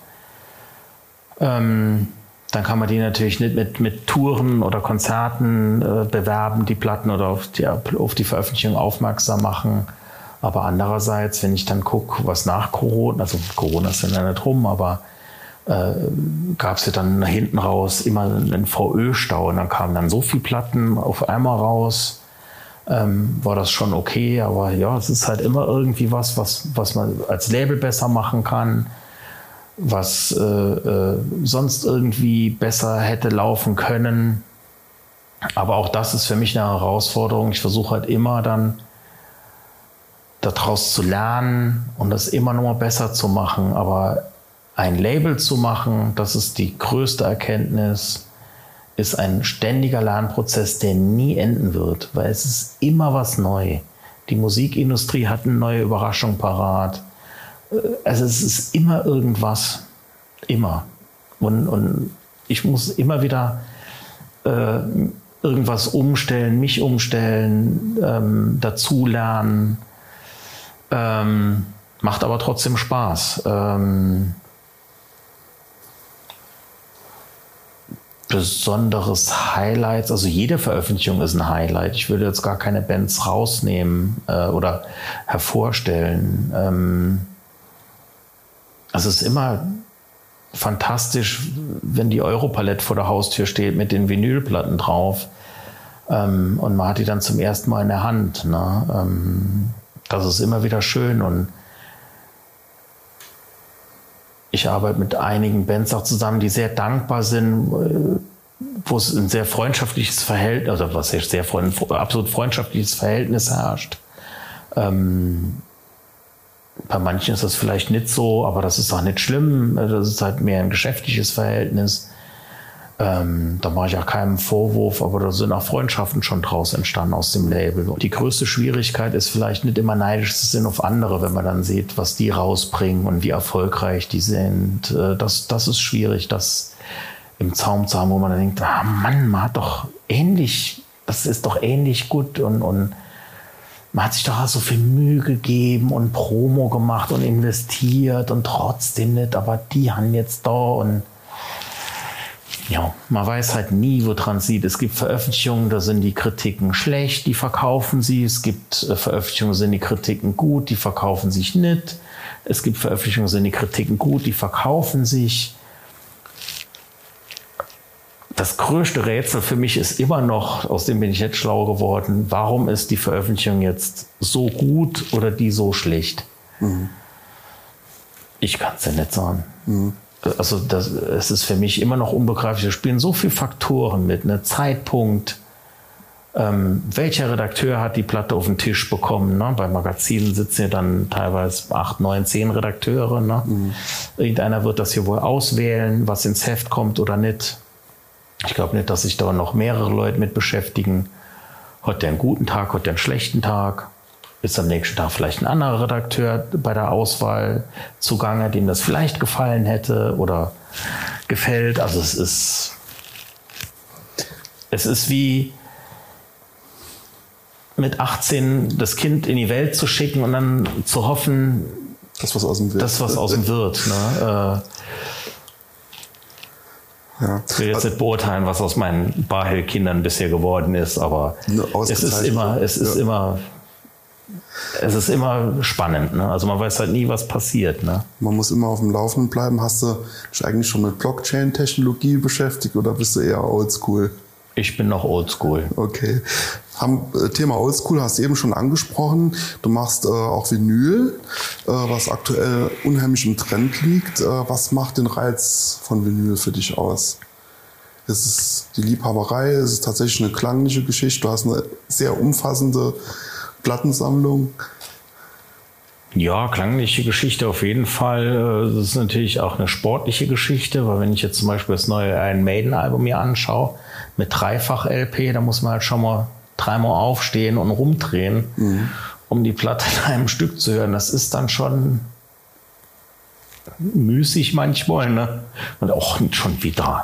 Dann kann man die natürlich nicht mit Touren oder Konzerten bewerben, die Platten oder auf die Veröffentlichung aufmerksam machen. Aber andererseits, wenn ich dann gucke, was nach Corona, also Corona ist ja nicht rum, aber gab es ja dann hinten raus immer einen VÖ-Stau und dann kamen dann so viele Platten auf einmal raus. War das schon okay, aber ja, es ist halt immer irgendwie was man als Label besser machen kann, was sonst irgendwie besser hätte laufen können. Aber auch das ist für mich eine Herausforderung. Ich versuche halt immer dann daraus zu lernen und das immer noch mal besser zu machen. Aber ein Label zu machen, das ist die größte Erkenntnis, ist ein ständiger Lernprozess, der nie enden wird, weil es ist immer was neu. Die Musikindustrie hat eine neue Überraschung parat. Also es ist immer irgendwas, immer. Und ich muss immer wieder irgendwas umstellen, mich umstellen, dazulernen. Macht aber trotzdem Spaß. Besonderes Highlights, also jede Veröffentlichung ist ein Highlight. Ich würde jetzt gar keine Bands rausnehmen oder hervorstellen. Es ist immer fantastisch, wenn die Europalette vor der Haustür steht mit den Vinylplatten drauf und man hat die dann zum ersten Mal in der Hand. Ne? Das ist immer wieder schön und ich arbeite mit einigen Bands auch zusammen, die sehr dankbar sind, wo es ein sehr freundschaftliches Verhältnis, also was heißt absolut freundschaftliches Verhältnis herrscht. Bei manchen ist das vielleicht nicht so, aber das ist auch nicht schlimm. Das ist halt mehr ein geschäftliches Verhältnis. Da mache ich auch keinen Vorwurf, aber da sind auch Freundschaften schon draus entstanden aus dem Label. Und die größte Schwierigkeit ist vielleicht nicht immer neidisch zu sein auf andere, wenn man dann sieht, was die rausbringen und wie erfolgreich die sind. Das ist schwierig, das im Zaum zu haben, wo man dann denkt, Mann, man hat doch ähnlich, das ist doch ähnlich gut und man hat sich doch auch so viel Mühe gegeben und Promo gemacht und investiert und trotzdem nicht, aber die haben jetzt da und ja, man weiß halt nie, woran es liegt. Es gibt Veröffentlichungen, da sind die Kritiken schlecht, die verkaufen sie. Es gibt Veröffentlichungen, da sind die Kritiken gut, die verkaufen sich nicht. Es gibt Veröffentlichungen, da sind die Kritiken gut, die verkaufen sich. Das größte Rätsel für mich ist immer noch, aus dem bin ich jetzt schlau geworden, warum ist die Veröffentlichung jetzt so gut oder die so schlecht? Mhm. Ich kann es ja nicht sagen. Mhm. Also es ist für mich immer noch unbegreiflich. Da spielen so viele Faktoren mit. Ne? Zeitpunkt, welcher Redakteur hat die Platte auf den Tisch bekommen? Ne? Bei Magazinen sitzen ja dann teilweise 8, 9, 10 Redakteure. Ne? Mhm. Irgendeiner wird das hier wohl auswählen, was ins Heft kommt oder nicht. Ich glaube nicht, dass sich da noch mehrere Leute mit beschäftigen. Hat der einen guten Tag, hat der einen schlechten Tag? Ist am nächsten Tag vielleicht ein anderer Redakteur bei der Auswahl zugange, dem das vielleicht gefallen hätte oder gefällt. Also es ist wie mit 18 das Kind in die Welt zu schicken und dann zu hoffen, dass was aus dem wird. Ne? Ja. Ich will jetzt nicht beurteilen, was aus meinen Barhill-Kindern bisher geworden ist, aber es ist immer spannend. Ne? Also man weiß halt nie, was passiert. Ne? Man muss immer auf dem Laufenden bleiben. Hast du dich eigentlich schon mit Blockchain-Technologie beschäftigt oder bist du eher oldschool? Ich bin noch oldschool. Okay. Thema Oldschool hast du eben schon angesprochen. Du machst auch Vinyl, was aktuell unheimlich im Trend liegt. Was macht den Reiz von Vinyl für dich aus? Ist es die Liebhaberei? Ist es tatsächlich eine klangliche Geschichte? Du hast eine sehr umfassende Plattensammlung. Ja, klangliche Geschichte auf jeden Fall. Das ist natürlich auch eine sportliche Geschichte, weil wenn ich jetzt zum Beispiel das neue Iron Maiden Album mir anschaue, mit Dreifach-LP, da muss man halt schon mal 3-mal aufstehen und rumdrehen, um die Platte in einem Stück zu hören. Das ist dann schon müßig manchmal, ne? Und auch schon wieder.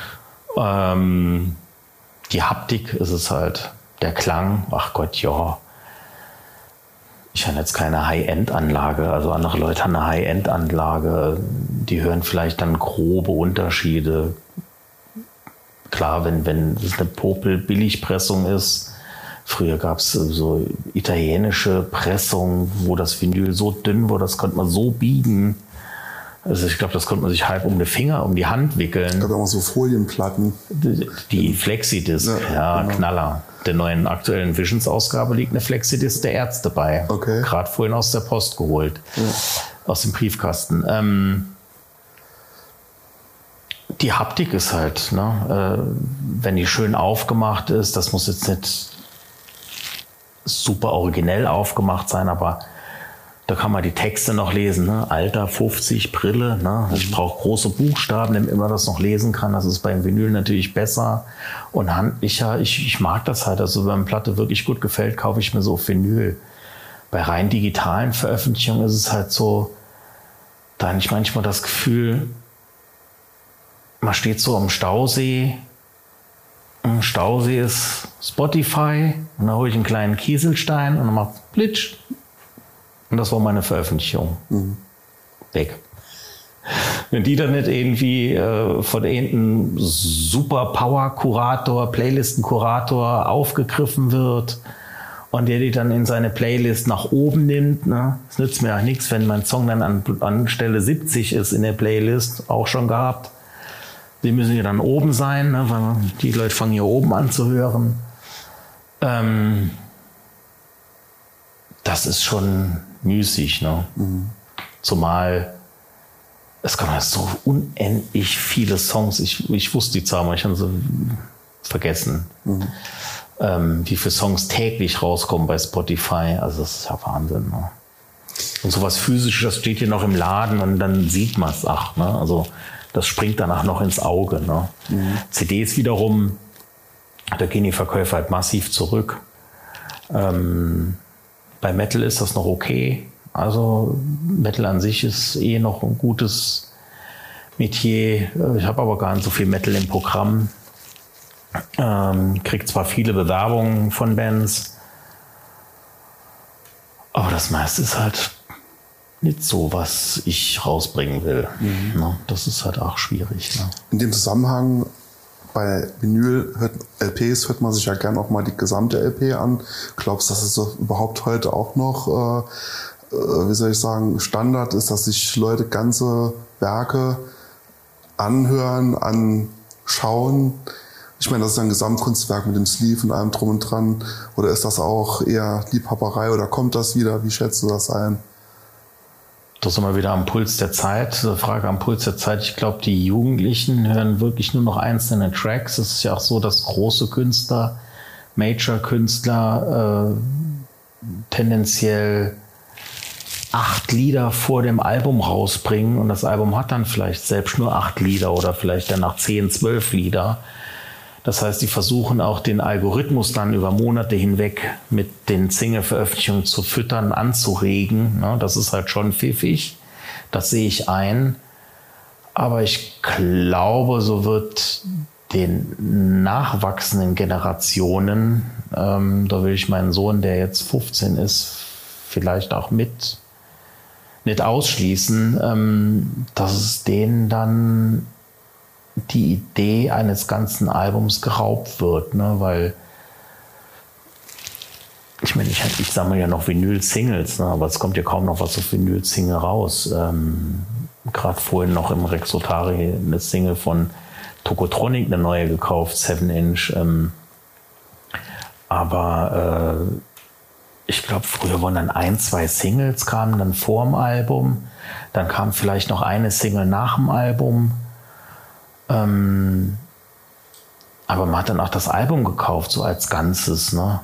Die Haptik ist es halt, der Klang, ach Gott, ja. Ich habe jetzt keine High-End-Anlage, also andere Leute haben eine High-End-Anlage, die hören vielleicht dann grobe Unterschiede. Klar, wenn es eine Popel-Billigpressung ist, früher gab es so italienische Pressungen, wo das Vinyl so dünn war, das konnte man so biegen. Also ich glaube, das konnte man sich halb um den Finger, um die Hand wickeln. Es gab auch so Folienplatten. Die Flexidisc, ja genau. Knaller. Der neuen aktuellen Visions-Ausgabe liegt eine Flexidisc der Ärzte bei. Okay. Gerade vorhin aus der Post geholt, aus dem Briefkasten. Die Haptik ist halt, ne, wenn die schön aufgemacht ist, das muss jetzt nicht super originell aufgemacht sein, aber da kann man die Texte noch lesen, ne? Alter 50, Brille, ne? Ich brauche große Buchstaben, damit man das noch lesen kann. Das ist beim Vinyl natürlich besser und handlicher. Ich mag das halt. Also wenn eine Platte wirklich gut gefällt, kaufe ich mir so Vinyl. Bei rein digitalen Veröffentlichungen ist es halt so, da habe ich manchmal das Gefühl, man steht so am Stausee. Im Stausee ist Spotify und da hole ich einen kleinen Kieselstein und dann macht Blitsch. Und das war meine Veröffentlichung. Weg. Wenn die dann nicht irgendwie von irgendeinem Super-Power-Kurator, Playlisten-Kurator aufgegriffen wird und der die dann in seine Playlist nach oben nimmt, ne? Das nützt mir auch nichts, wenn mein Song dann an Stelle 70 ist in der Playlist, auch schon gehabt. Die müssen ja dann oben sein, ne? Weil die Leute fangen hier oben an zu hören. Das ist schon müßig, ne? Zumal es kommen so unendlich viele Songs. Ich wusste die Zahl, aber ich habe sie vergessen. Wie viele Songs täglich rauskommen bei Spotify. Also das ist ja Wahnsinn. Ne? Und sowas Physisches, das steht hier noch im Laden und dann sieht man es. Ach, ne? Also Das springt danach noch ins Auge. Ne? CDs wiederum, da gehen die Verkäufe halt massiv zurück. Bei Metal ist das noch okay. Also Metal an sich ist noch ein gutes Metier. Ich habe aber gar nicht so viel Metal im Programm. Kriege zwar viele Bewerbungen von Bands, aber das meiste ist halt nicht so, was ich rausbringen will. Ne? Das ist halt auch schwierig. Ne? In dem Zusammenhang bei LPs hört man sich ja gern auch mal die gesamte LP an. Glaubst du, dass es doch überhaupt heute auch noch, wie soll ich sagen, Standard ist, dass sich Leute ganze Werke anhören, anschauen? Ich meine, das ist ein Gesamtkunstwerk mit dem Sleeve und allem drum und dran. Oder ist das auch eher Liebhaberei oder kommt das wieder? Wie schätzt du das ein? Das ist immer wieder am Puls der Zeit. Frage am Puls der Zeit. Ich glaube, die Jugendlichen hören wirklich nur noch einzelne Tracks. Es ist ja auch so, dass große Künstler, Major-Künstler tendenziell 8 Lieder vor dem Album rausbringen und das Album hat dann vielleicht selbst nur 8 Lieder oder vielleicht danach 10, 12 Lieder. Das heißt, die versuchen auch den Algorithmus dann über Monate hinweg mit den Single-Veröffentlichungen zu füttern, anzuregen. Das ist halt schon pfiffig. Das sehe ich ein. Aber ich glaube, so wird den nachwachsenden Generationen, da will ich meinen Sohn, der jetzt 15 ist, vielleicht auch nicht ausschließen, dass es denen dann die Idee eines ganzen Albums geraubt wird, ne? Weil ich meine, ich sammle ja noch Vinyl-Singles, ne? Aber es kommt ja kaum noch was auf Vinyl-Single raus. Gerade vorhin noch im Rexotari eine Single von Tokotronic, eine neue gekauft, 7-Inch. Aber ich glaube, früher waren dann 1, 2 Singles, kamen dann vor dem Album. Dann kam vielleicht noch eine Single nach dem Album. Aber man hat dann auch das Album gekauft, so als Ganzes. Ne?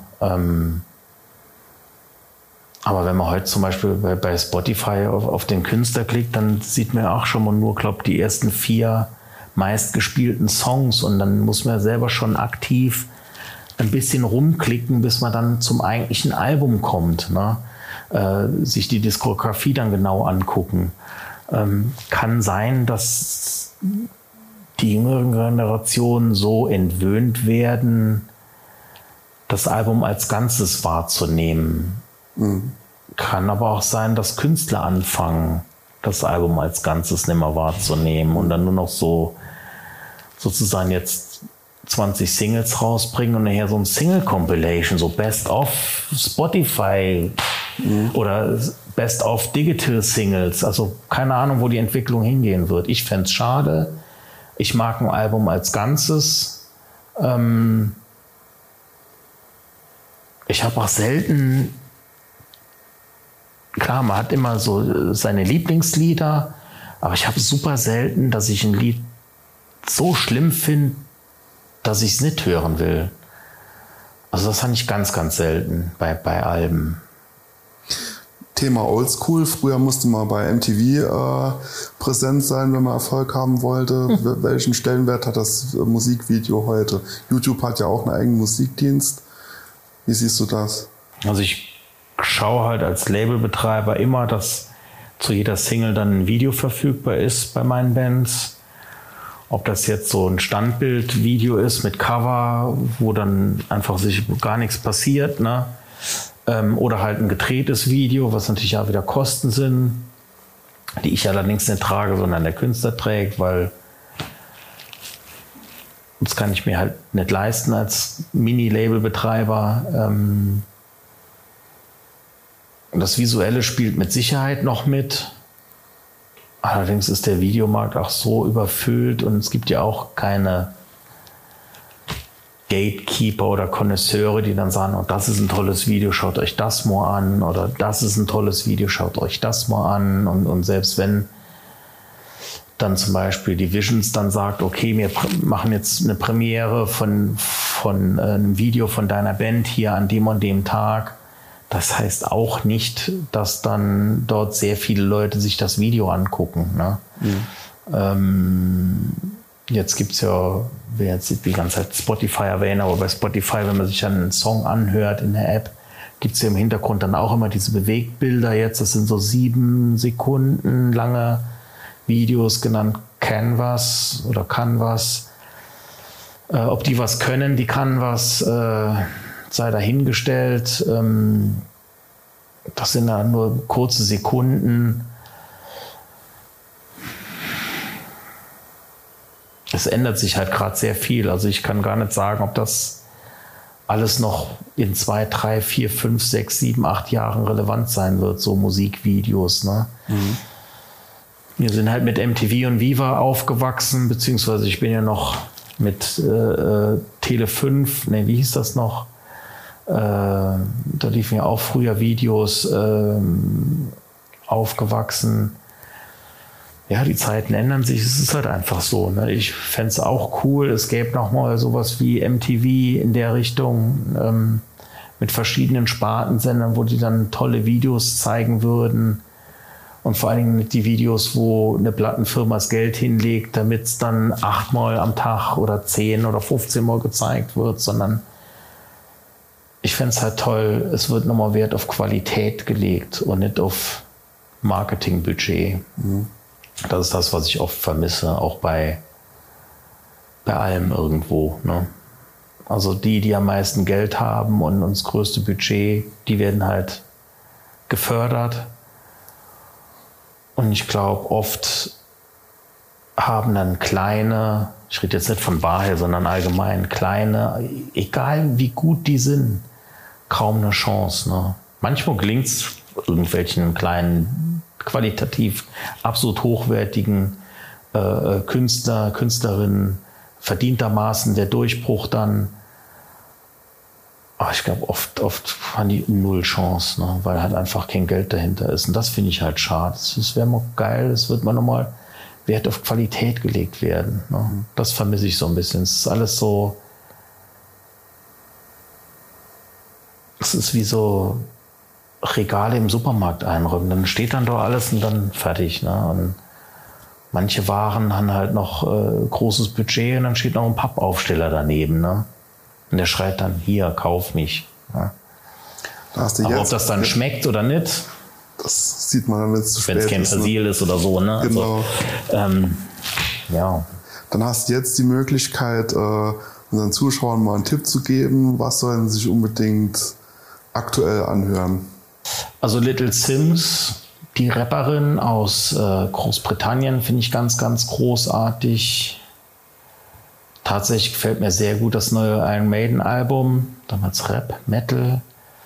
Aber wenn man heute zum Beispiel bei Spotify auf den Künstler klickt, dann sieht man auch schon mal nur, glaube die ersten 4 meistgespielten Songs. Und dann muss man selber schon aktiv ein bisschen rumklicken, bis man dann zum eigentlichen Album kommt. Ne? Sich die Diskografie dann genau angucken. Kann sein, dass die jüngeren Generationen so entwöhnt werden, das Album als Ganzes wahrzunehmen. Kann aber auch sein, dass Künstler anfangen, das Album als Ganzes nicht mehr wahrzunehmen und dann nur noch so sozusagen jetzt 20 Singles rausbringen und nachher so ein Single-Compilation, so Best of Spotify oder Best of Digital Singles. Also keine Ahnung, wo die Entwicklung hingehen wird. Ich fände es schade. Ich mag ein Album als Ganzes. Ich habe auch selten, klar, man hat immer so seine Lieblingslieder, aber ich habe super selten, dass ich ein Lied so schlimm finde, dass ich es nicht hören will. Also das habe ich ganz, ganz selten bei Alben. Thema Oldschool. Früher musste man bei MTV präsent sein, wenn man Erfolg haben wollte. Welchen Stellenwert hat das Musikvideo heute? YouTube hat ja auch einen eigenen Musikdienst. Wie siehst du das? Also ich schaue halt als Labelbetreiber immer, dass zu jeder Single dann ein Video verfügbar ist bei meinen Bands. Ob das jetzt so ein Standbildvideo ist mit Cover, wo dann einfach sich gar nichts passiert, ne? Oder halt ein gedrehtes Video, was natürlich auch wieder Kosten sind, die ich allerdings nicht trage, sondern der Künstler trägt, weil das kann ich mir halt nicht leisten als Mini-Label-Betreiber. Das Visuelle spielt mit Sicherheit noch mit. Allerdings ist der Videomarkt auch so überfüllt und es gibt ja auch keine Gatekeeper oder Connoisseure, die dann sagen, oh, das ist ein tolles Video, schaut euch das mal an, oder das ist ein tolles Video, schaut euch das mal an. Und selbst wenn dann zum Beispiel die Visions dann sagt, okay, wir machen jetzt eine Premiere von einem Video von deiner Band hier an dem und dem Tag, das heißt auch nicht, dass dann dort sehr viele Leute sich das Video angucken. Ne? Jetzt gibt es ja, wer jetzt die ganze Zeit Spotify erwähnen, aber bei Spotify, wenn man sich einen Song anhört in der App, gibt es ja im Hintergrund dann auch immer diese Bewegtbilder jetzt. Das sind so 7 Sekunden lange Videos, genannt Canvas oder Canvas. Ob die was können, die Canvas, sei dahingestellt. Das sind ja nur kurze Sekunden. Es ändert sich halt gerade sehr viel. Also ich kann gar nicht sagen, ob das alles noch in 2, 3, 4, 5, 6, 7, 8 Jahren relevant sein wird, so Musikvideos. Ne? Wir sind halt mit MTV und Viva aufgewachsen, beziehungsweise ich bin ja noch mit Tele 5, ne, wie hieß das noch? Da liefen ja auch früher Videos, aufgewachsen. Ja, die Zeiten ändern sich, es ist halt einfach so. Ne? Ich fände es auch cool, es gäbe noch mal sowas wie MTV in der Richtung mit verschiedenen Spartensendern, wo die dann tolle Videos zeigen würden. Und vor allen Dingen mit die Videos, wo eine Plattenfirma das Geld hinlegt, damit es dann 8-mal am Tag oder 10 oder 15-mal gezeigt wird, sondern ich fände es halt toll, es wird nochmal Wert auf Qualität gelegt und nicht auf Marketingbudget. Das ist das, was ich oft vermisse, auch bei allem irgendwo. Ne? Also die am meisten Geld haben und das größte Budget, die werden halt gefördert. Und ich glaube, oft haben dann kleine, ich rede jetzt nicht von Barher, sondern allgemein kleine, egal wie gut die sind, kaum eine Chance. Ne? Manchmal gelingt es irgendwelchen kleinen, qualitativ absolut hochwertigen Künstler, Künstlerinnen, verdientermaßen der Durchbruch dann. Aber ich glaube, oft haben die null Chance, ne? Weil halt einfach kein Geld dahinter ist. Und das finde ich halt schade. Das wäre mal geil, es wird mal nochmal Wert auf Qualität gelegt werden. Ne? Das vermisse ich so ein bisschen. Es ist alles so, es ist wie so Regale im Supermarkt einräumen. Dann steht dann doch alles und dann fertig. Ne? Und manche Waren haben halt noch großes Budget und dann steht noch ein Pappaufsteller daneben. Ne? Und der schreit dann, hier, kauf mich. Ne? Aber ob das dann schmeckt oder nicht, das sieht man dann, wenn es zu spät ist. Wenn es kein Persil ist oder so. Ne? Genau. Also, ja. Dann hast du jetzt die Möglichkeit, unseren Zuschauern mal einen Tipp zu geben. Was sollen sie sich unbedingt aktuell anhören? Also Little Simz, die Rapperin aus Großbritannien, finde ich ganz, ganz großartig. Tatsächlich gefällt mir sehr gut das neue Iron Maiden Album. Damals Rap, Metal.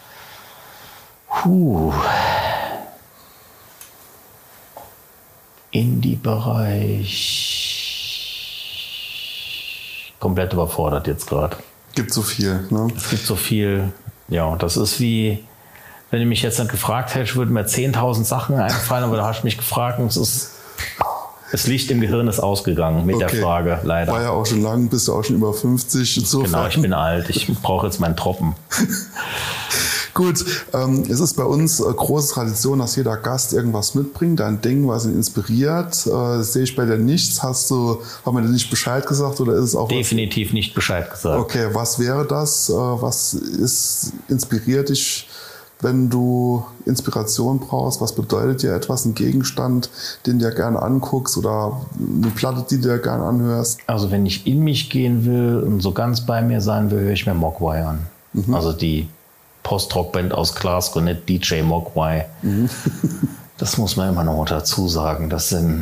Indie-Bereich. Komplett überfordert jetzt gerade. Gibt so viel, ne? Es gibt so viel. Ja, das ist wie, wenn du mich jetzt nicht gefragt hättest, würden mir 10.000 Sachen einfallen, aber da hast du mich gefragt und das Licht im Gehirn ist ausgegangen mit der Frage, leider. War ja auch schon lang, bist du auch schon über 50. Insofern. Genau, ich bin alt, ich brauche jetzt meinen Tropfen. Gut, es ist bei uns große Tradition, dass jeder Gast irgendwas mitbringt, ein Ding, was ihn inspiriert. Das sehe ich bei dir nichts. Haben wir dir nicht Bescheid gesagt oder ist es auch definitiv nicht Bescheid gesagt? Okay, was wäre das? Was inspiriert dich, wenn du Inspiration brauchst? Was bedeutet dir etwas, ein Gegenstand, den du dir gerne anguckst oder eine Platte, die du dir gerne anhörst? Also wenn ich in mich gehen will und so ganz bei mir sein will, höre ich mir Mogwai an. Also die Post-Rock-Band aus Glasgow, nicht DJ Mogwai. Das muss man immer noch dazu sagen. Das sind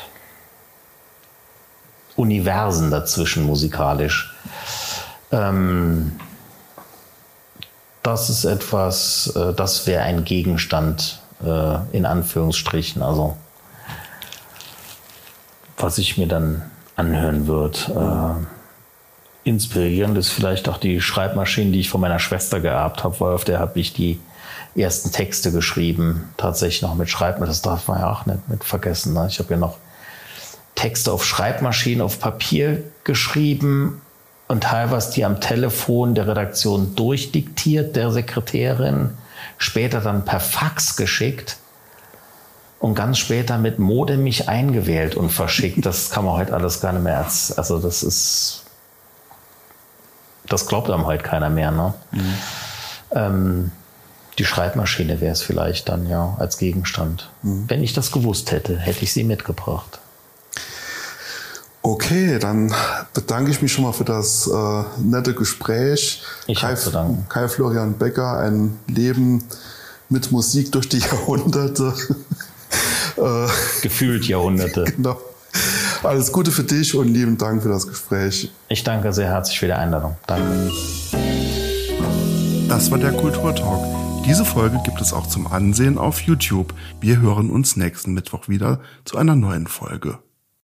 Universen dazwischen musikalisch. Das ist etwas, das wäre ein Gegenstand in Anführungsstrichen, also was ich mir dann anhören würde. Inspirierend ist vielleicht auch die Schreibmaschine, die ich von meiner Schwester geerbt habe, weil auf der habe ich die ersten Texte geschrieben, tatsächlich noch mit Schreibmaschine. Das darf man ja auch nicht mit vergessen. Ne? Ich habe ja noch Texte auf Schreibmaschinen, auf Papier geschrieben und teilweise die am Telefon der Redaktion durchdiktiert, der Sekretärin, später dann per Fax geschickt. und ganz später mit Modem mich eingewählt und verschickt. Das kann man heute alles gar nicht mehr. Also das glaubt einem heute keiner mehr. Ne? Die Schreibmaschine wäre es vielleicht dann ja als Gegenstand. Wenn ich das gewusst hätte, hätte ich sie mitgebracht. Okay, dann bedanke ich mich schon mal für das nette Gespräch. Ich habe zu danken. Kai Florian Becker, ein Leben mit Musik durch die Jahrhunderte. Gefühlt Jahrhunderte. Genau. Alles Gute für dich und lieben Dank für das Gespräch. Ich danke sehr herzlich für die Einladung. Danke. Das war der Kulturtalk. Diese Folge gibt es auch zum Ansehen auf YouTube. Wir hören uns nächsten Mittwoch wieder zu einer neuen Folge.